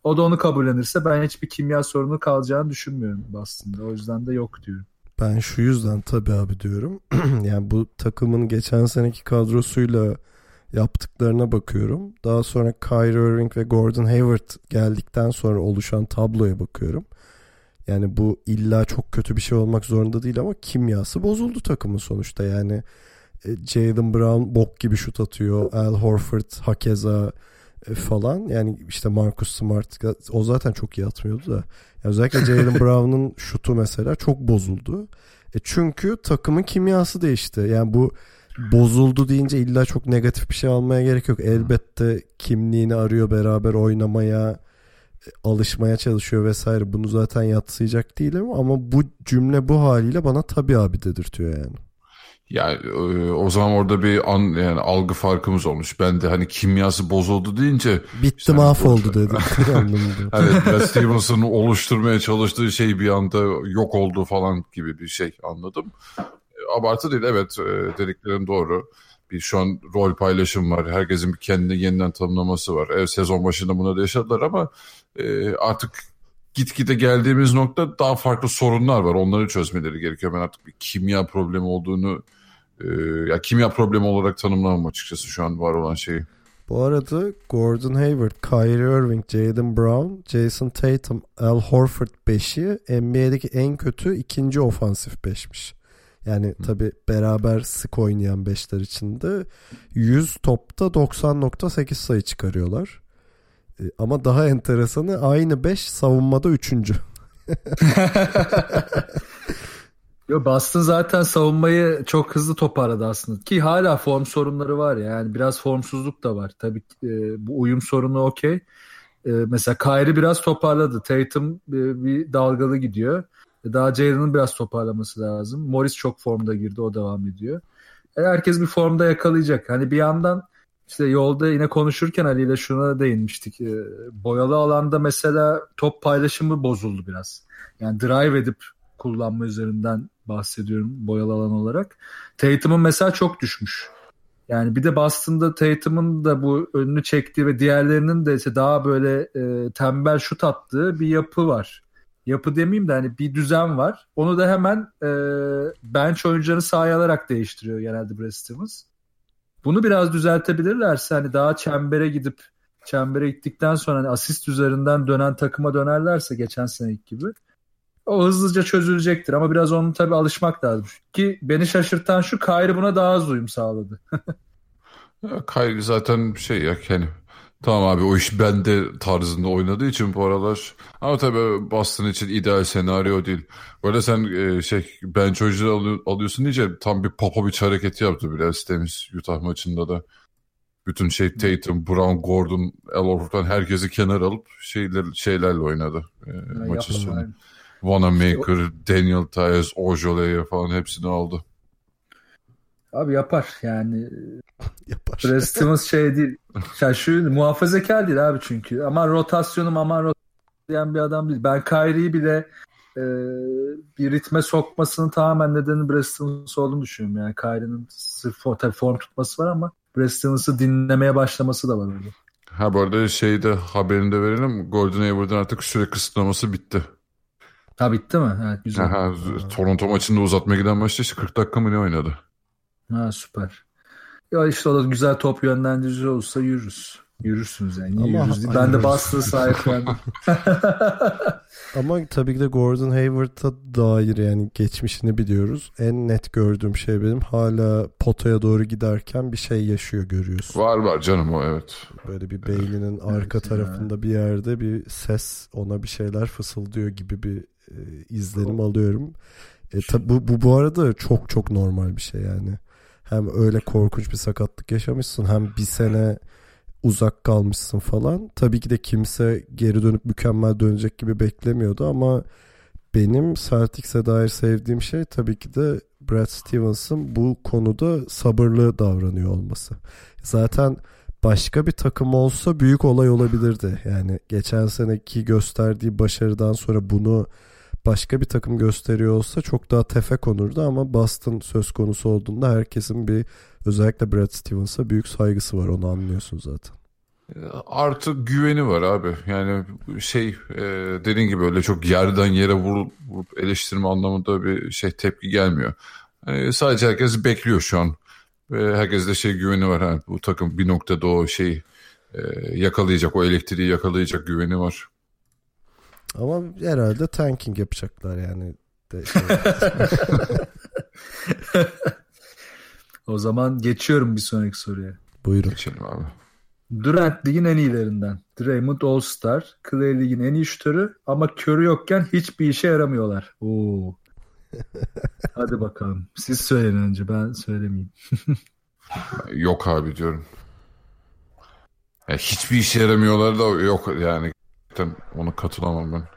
O da onu kabullenirse ben hiçbir kimya sorunu kalacağını düşünmüyorum Boston'da. O yüzden de yok diyorum. Ben şu yüzden tabii abi diyorum. Yani bu takımın geçen seneki kadrosuyla yaptıklarına bakıyorum. Daha sonra Kyrie Irving ve Gordon Hayward geldikten sonra oluşan tabloya bakıyorum. Yani bu illa çok kötü bir şey olmak zorunda değil ama kimyası bozuldu takımın sonuçta. Yani Jaylen Brown bok gibi şut atıyor. Al Horford hakeza falan. Yani işte Marcus Smart o zaten çok iyi atmıyordu da. Yani özellikle Jaylen Brown'un şutu mesela çok bozuldu. E çünkü takımın kimyası değişti. Yani bu bozuldu deyince illa çok negatif bir şey almaya gerek yok. Elbette kimliğini arıyor, beraber oynamaya, alışmaya çalışıyor vesaire. Bunu zaten yadsıyacak değilim ama bu cümle bu haliyle bana tabii abi dedirtiyor yani. Yani o zaman orada bir an, yani algı farkımız olmuş. Ben de hani kimyası bozuldu deyince bitti işte mahvoldu dedim. Hani Brad Stevenson'ın oluşturmaya çalıştığı şey bir anda yok oldu falan gibi bir şey anladım. Abartı değil, evet, dediklerin doğru. Bir şu an rol paylaşım var. Herkesin bir kendini yeniden tanımlaması var. Evet, sezon başında bunu da yaşadılar ama artık gitgide geldiğimiz nokta daha farklı sorunlar var. Onları çözmeleri gerekiyor. Ben artık bir kimya problemi olduğunu e, ya kimya problemi olarak tanımlamam açıkçası şu an var olan şeyi. Bu arada Gordon Hayward, Kyrie Irving, Jaylen Brown, Jason Tatum, Al Horford beşi N B A'deki en kötü ikinci ofansif beşmiş. Yani tabii beraber sık oynayan beşler içinde yüz topta doksan nokta sekiz sayı çıkarıyorlar. Ama daha enteresanı aynı beş savunmada üçüncü. Yo, Boston zaten savunmayı çok hızlı toparladı aslında. Ki hala form sorunları var ya. Yani biraz formsuzluk da var. Tabii e, bu uyum sorunu okey. E, mesela Kyrie biraz toparladı. Tatum e, bir dalgalı gidiyor. Daha Jaylen'ın biraz toparlaması lazım. Morris çok formda girdi. O devam ediyor. E, herkes bir formda yakalayacak. Hani bir yandan İşte yolda yine konuşurken Ali ile şuna değinmiştik. E, boyalı alanda mesela top paylaşımı bozuldu biraz. Yani drive edip kullanma üzerinden bahsediyorum boyalı alan olarak. Tatum'un mesela çok düşmüş. Yani bir de Boston'da Tatum'un da bu önünü çektiği ve diğerlerinin de işte daha böyle e, tembel şut attığı bir yapı var. Yapı demeyeyim de hani bir düzen var. Onu da hemen e, bench oyuncularını sahaya alarak değiştiriyor genelde Brad Stevens. Bunu biraz düzeltebilirlerse hani daha çembere gidip çembere gittikten sonra hani asist üzerinden dönen takıma dönerlerse geçen seneki gibi o hızlıca çözülecektir ama biraz onun tabii alışmak lazım. Ki beni şaşırtan şu, Kyrie buna daha az uyum sağladı. Kyrie zaten şey ya yani tamam abi o iş bende tarzında oynadığı için bu aralar. Ama tabii Boston için ideal senaryo değil. Böyle sen e, şey bench oyuncuları alıyorsun diyece tam bir Popovic hareketi yaptı biraz temiz Utah maçında da. Bütün şey Tatum, Brown, Gordon, Al Horford'dan herkesi kenara alıp şeyler, şeylerle oynadı e, maçı sonu. Yani. Wanamaker, Daniel Tice, Ojoleye falan hepsini aldı. Abi yapar yani. Yapar. Brad Stevens şey değil. Yani şu muhafazakar değil abi çünkü. Ama rotasyonum aman rotasyon diyen bir adam değil. Ben Kyrie'yi bile e, bir ritme sokmasının tamamen nedeni Brad Stevens olduğunu düşünüyorum. Yani Kyrie'nin sırf tabii form tutması var ama Brad Stevens'ı dinlemeye başlaması da var orada. Ha bu arada şeyde haberini de verelim. Gordon Hayward'ın artık süre kısıtlaması bitti. Ha bitti mi? Evet güzel. Aha, Toronto maçında uzatmaya giden maçta işte kırk dakika mı ne oynadı? Ha süper. Ya işte o da güzel top yönlendirici olursa yürürüz. Yürürsünüz yani. Niye Ama, yürürüz? Ben de Boston'a sahiplendim. Ama tabii ki de Gordon Hayward'a dair yani geçmişini biliyoruz. En net gördüğüm şey benim hala potaya doğru giderken bir şey yaşıyor görüyorsun. Var var canım o evet. Böyle bir beyninin evet, arka evet tarafında ya. bir yerde bir ses ona bir şeyler fısıldıyor gibi bir e, izlenim oh. alıyorum. E, tabi bu, bu bu arada çok çok normal bir şey yani. Hem öyle korkunç bir sakatlık yaşamışsın hem bir sene uzak kalmışsın falan. Tabii ki de kimse geri dönüp mükemmel dönecek gibi beklemiyordu ama benim Celtics'e dair sevdiğim şey tabii ki de Brad Stevens'ın bu konuda sabırlı davranıyor olması. Zaten başka bir takım olsa büyük olay olabilirdi. Yani geçen seneki gösterdiği başarıdan sonra bunu başka bir takım gösteriyor olsa çok daha tefe konurdu ama Boston söz konusu olduğunda herkesin bir özellikle Brad Stevens'a büyük saygısı var. Onu anlıyorsun zaten. Artı güveni var abi. Yani şey e, dediğin gibi öyle çok yerden yere vurup, vurup eleştirme anlamında bir şey tepki gelmiyor. E, sadece herkes bekliyor şu an. Ve herkes de şey güveni var. Ha, bu takım bir noktada o şey e, yakalayacak, o elektriği yakalayacak güveni var. Ama herhalde tanking yapacaklar yani. De şey. O zaman geçiyorum bir sonraki soruya. Buyurun. Geçelim abi. Durant ligin en iyilerinden. Draymond All-Star. Clay ligin en iyi şutörü ama Curry yokken hiçbir işe yaramıyorlar. Oo. Hadi bakalım. Siz söyleyin önce, ben söylemeyeyim. Yok abi diyorum. Ya hiçbir işe yaramıyorlar da yok yani. Ona katılamam ben.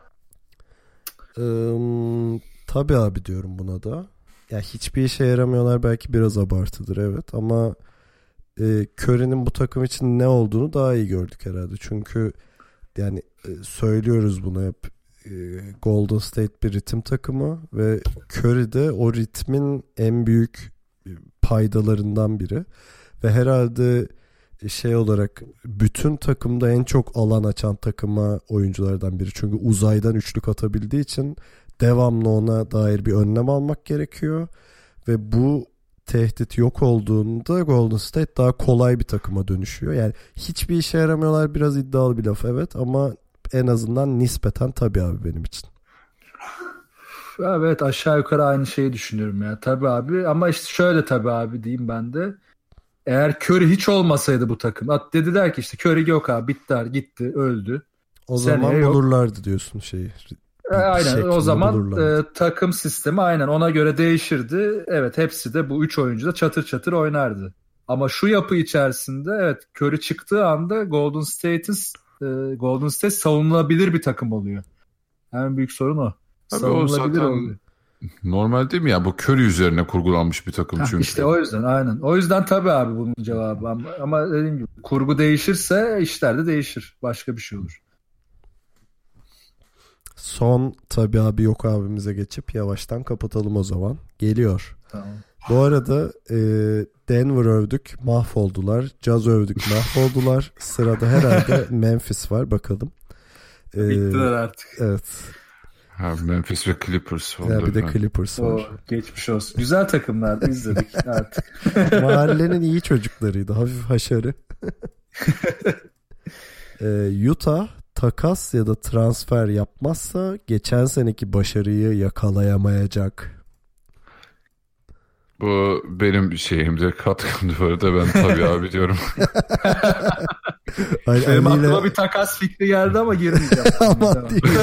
Ee, tabii abi diyorum buna da. Ya hiçbir işe yaramıyorlar belki biraz abartıdır evet ama e, Curry'nin bu takım için ne olduğunu daha iyi gördük herhalde. Çünkü yani e, söylüyoruz bunu hep. E, Golden State bir ritim takımı ve Curry de o ritmin en büyük paydalarından biri. Ve herhalde şey olarak bütün takımda en çok alan açan takıma oyunculardan biri. Çünkü uzaydan üçlük atabildiği için devamlı ona dair bir önlem almak gerekiyor. Ve bu tehdit yok olduğunda Golden State daha kolay bir takıma dönüşüyor. Yani hiçbir işe yaramıyorlar biraz iddialı bir laf evet ama en azından nispeten tabii abi benim için. Evet, aşağı yukarı aynı şeyi düşünüyorum ya. Tabii abi ama işte şöyle tabii abi diyeyim ben de. Eğer Curry hiç olmasaydı bu takım. At dediler ki işte Curry yok abi bitti gitti öldü. O Seneye zaman yok. bulurlardı diyorsun şeyi. E, aynen o zaman e, takım sistemi aynen ona göre değişirdi. Evet hepsi de bu üç oyuncu da çatır çatır oynardı. Ama şu yapı içerisinde evet Curry çıktığı anda Golden State'in e, Golden State savunulabilir bir takım oluyor. En büyük sorun o. Tabii savunulabilir o zaten oluyor. Normal değil mi ya? Bu Curry üzerine kurgulanmış bir takım Heh, çünkü. İşte o yüzden aynen. O yüzden tabii abi bunun cevabı ama, ama dediğim gibi kurgu değişirse işler de değişir. Başka bir şey olur. Son tabii abi yok abimize geçip yavaştan kapatalım o zaman. Geliyor. Tamam. Bu arada e, Denver övdük, mahvoldular. Jazz övdük, mahvoldular. Sırada herhalde Memphis var, bakalım. E, Bittiler artık. Evet. Ha, Memphis ve Clippers. Ya bir de Clippers var. O, geçmiş olsun. Güzel takımlardı, izledik artık. Mahallenin iyi çocuklarıydı. Hafif haşarı. e, Utah takas ya da transfer yapmazsa geçen seneki başarıyı yakalayamayacak. Bu benim şeyimde, katkımdı bu arada, ben tabii abi diyorum. Ay, Benim eliyle... aklıma bir takas fikri geldi ama girmeyeceğim. Aman diyeyim.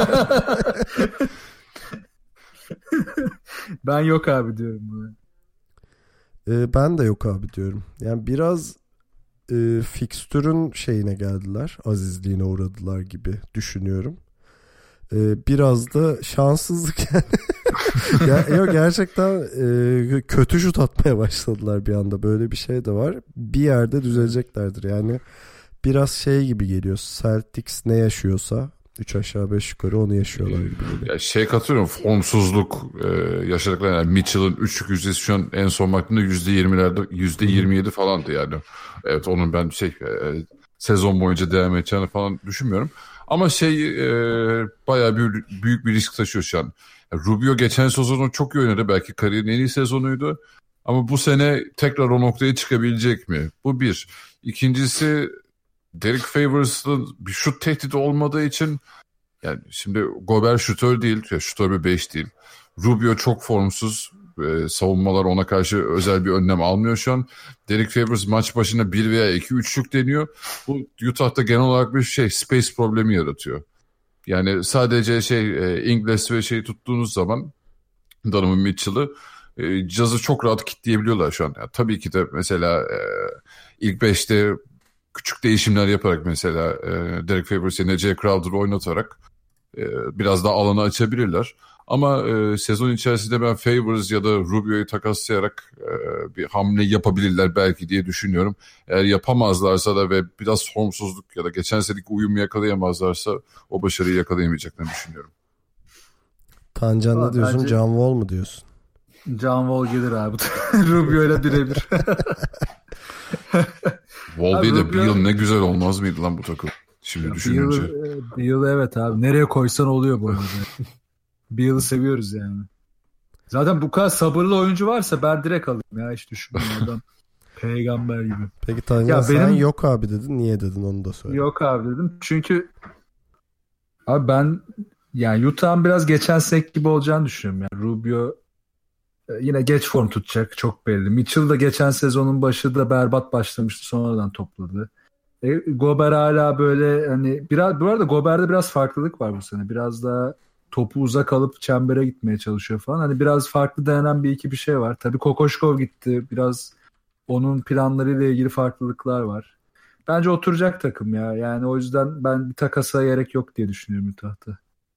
Ben yok abi diyorum buna. Ee, ben de yok abi diyorum. Yani biraz e, fikstürün şeyine geldiler. Azizliğine uğradılar gibi düşünüyorum. Ee, biraz da şanssızlık yani. ya, yok gerçekten e, kötü şut atmaya başladılar bir anda. Böyle bir şey de var. Bir yerde düzeleceklerdir. Yani biraz şey gibi geliyor. Celtics ne yaşıyorsa üç aşağı beş yukarı onu yaşıyorlar gibi geliyor. Ya şey katılıyorum, formsuzluk e, yaşadıkları, yani Mitchell'ın üçlük yüzdesi şu an en son baktığımda yüzde yirmilerde yüzde yirmi yedi falandı yani. Evet, onun ben şey e, sezon boyunca devam edeceğini falan düşünmüyorum. Ama şey e, bayağı bir, büyük bir risk taşıyor şu an. Yani Rubio geçen sezonu çok iyi oynadı. Belki kariyerin en iyi sezonuydu. Ama bu sene tekrar o noktaya çıkabilecek mi? Bu bir. İkincisi, Derek Favors'ın bir şut tehdidi olmadığı için, yani şimdi Gobert şutör değil. Ya şutör bir beş değil. Rubio çok formsuz. Ee, savunmalar ona karşı özel bir önlem almıyor şu an. Derek Favors maç başına bir veya iki üçlük deniyor. Bu Utah'ta genel olarak bir şey space problemi yaratıyor. Yani sadece şey e, Ingles ve şey tuttuğunuz zaman Donovan Mitchell'ı e, Jazz'ı çok rahat kitleyebiliyorlar şu an. Yani tabii ki de mesela e, ilk beşte küçük değişimler yaparak mesela e, Derek Favors yerine Jay Crowder'ı oynatarak e, biraz daha alanı açabilirler. Ama e, sezon içerisinde ben Favors ya da Rubio'yu takaslayarak e, bir hamle yapabilirler belki diye düşünüyorum. Eğer yapamazlarsa da ve biraz formsuzluk ya da geçen seneki uyumu yakalayamazlarsa o başarıyı yakalayamayacaklarını düşünüyorum. Tancan ne Aa, diyorsun? bence... John Wall mu diyorsun? John Wall gelir abi. Rubio ile birebir. Volbe'yi de bir yıl ne güzel olmaz mıydı lan bu takım? Şimdi ya düşününce. Bir yıl, bir yıl evet abi. Nereye koysan oluyor bu arada. Bir yılı seviyoruz yani. Zaten bu kadar sabırlı oyuncu varsa ben direkt alayım ya. Hiç düşünmüyorum adam. Peygamber gibi. Peki Tanrı sen benim... yok abi dedin. Niye dedin onu da söyle. Yok abi dedim. Çünkü abi ben yani Utah'ın biraz geçen sek gibi olacağını düşünüyorum. Yani Rubio yine geç form tutacak. Çok belli. Mitchell da geçen sezonun başı da berbat başlamıştı. Sonradan topladı. E, Gobert hala böyle hani biraz, bu arada Gobert'de biraz farklılık var bu sene. Biraz daha topu uzak alıp çembere gitmeye çalışıyor falan. Hani biraz farklı denenen bir iki bir şey var. Tabii Kokoşkov gitti. Biraz onun planlarıyla ilgili farklılıklar var. Bence oturacak takım ya. Yani o yüzden ben bir takasa gerek yok diye düşünüyorum Utah'ta.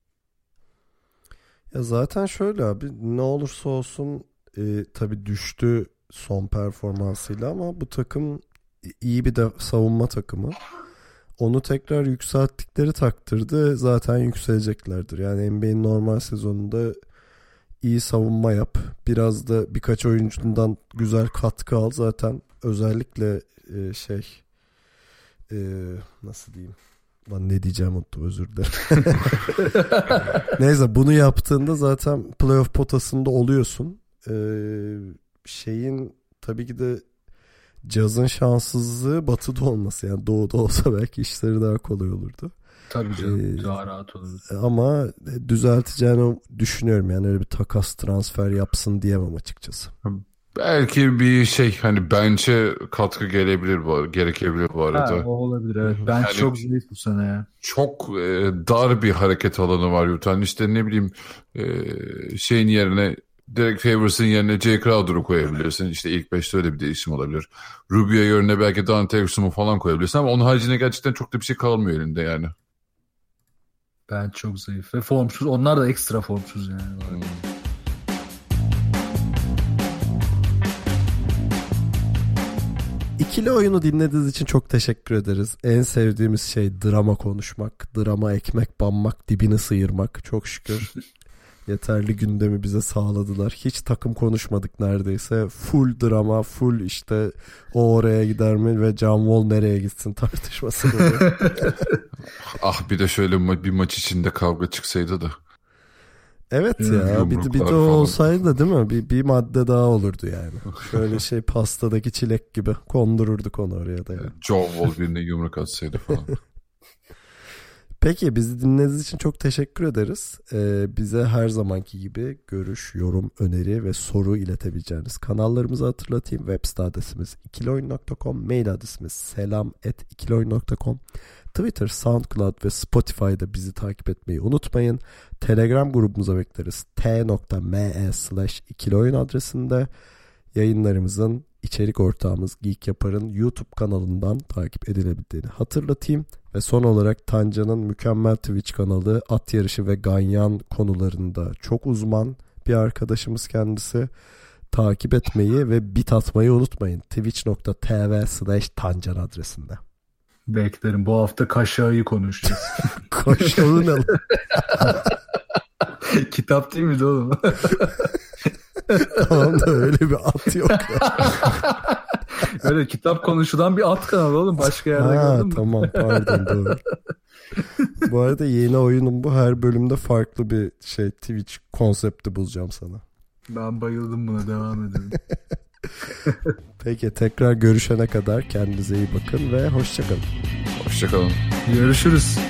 Ya zaten şöyle abi, ne olursa olsun e, tabii düştü son performansıyla ama bu takım iyi bir de savunma takımı. Onu tekrar yükselttikleri takdirde zaten yükseleceklerdir. Yani N B A'nin normal sezonunda iyi savunma yap. Biraz da birkaç oyuncundan güzel katkı al. Zaten özellikle e, şey e, nasıl diyeyim? Lan ne diyeceğim unuttum, özür dilerim. Neyse, bunu yaptığında zaten playoff potasında oluyorsun. Ee, şeyin tabii ki de Jazz'ın şanssızlığı batıda olması. Yani doğuda olsa belki işleri daha kolay olurdu. Tabii canım, ee, daha rahat olurdu. Ama düzelteceğini düşünüyorum. Yani öyle bir takas transfer yapsın diyemem açıkçası. Belki bir şey hani bench'e katkı gelebilir bu, gerekebilir bu arada. Ha, o olabilir evet. Bench yani çok zayıf bu sene ya. Çok e, dar bir hareket alanı var Utah'ın. İşte ne bileyim e, şeyin yerine Derek Favors'ın yerine Jay Crowder'ı koyabilirsin. İşte ilk beşte öyle bir değişim olabilir. Rubio yerine belki Dante Exum'u falan koyabilirsin ama onun haricinde gerçekten çok da bir şey kalmıyor elinde yani. Bench çok zayıf ve formsuz. Onlar da ekstra formsuz yani. Hmm. İkili oyunu dinlediğiniz için çok teşekkür ederiz. En sevdiğimiz şey drama konuşmak, drama ekmek banmak, dibini sıyırmak. Çok şükür yeterli gündemi bize sağladılar. Hiç takım konuşmadık neredeyse. Full drama, full işte o oraya gider mi ve John Wall nereye gitsin tartışması. Ah bir de şöyle ma- bir maç içinde kavga çıksaydı da. Evet ya, bir de, bir de o olsaydı değil mi? Bir, bir madde daha olurdu yani. Şöyle şey pastadaki çilek gibi kondururduk onu oraya da. Yani. John Wall birine yumruk atsaydı falan. Peki, bizi dinlediğiniz için çok teşekkür ederiz. Ee, bize her zamanki gibi görüş, yorum, öneri ve soru iletebileceğiniz kanallarımızı hatırlatayım. Web site adresimiz ikiloyun nokta com, mail adresimiz selam at ikiloyun nokta com. Twitter, SoundCloud ve Spotify'da bizi takip etmeyi unutmayın. Telegram grubumuza bekleriz. t.me slash ikiloyun adresinde. Yayınlarımızın içerik ortağımız Geek Yapar'ın YouTube kanalından takip edilebildiğini hatırlatayım. Ve son olarak Tancan'ın mükemmel Twitch kanalı, at yarışı ve ganyan konularında çok uzman bir arkadaşımız kendisi. Takip etmeyi ve bit atmayı unutmayın. twitch.tv slash tancan adresinde. Beklerim. Bu hafta Kaşağı'yı konuşacağız. Kaşağı ne? Kitap değil miydi oğlum? Tamam da öyle bir at yok ya. Öyle kitap konuşulan bir at kanalı oğlum. Başka yerde ha, gördün mü? Tamam pardon doğru. Bu arada yeni oyunum bu. Her bölümde farklı bir şey Twitch konsepti bulacağım sana. Ben bayıldım buna, devam edelim. Peki, tekrar görüşene kadar kendinize iyi bakın ve hoşçakalın. Hoşçakalın. Görüşürüz.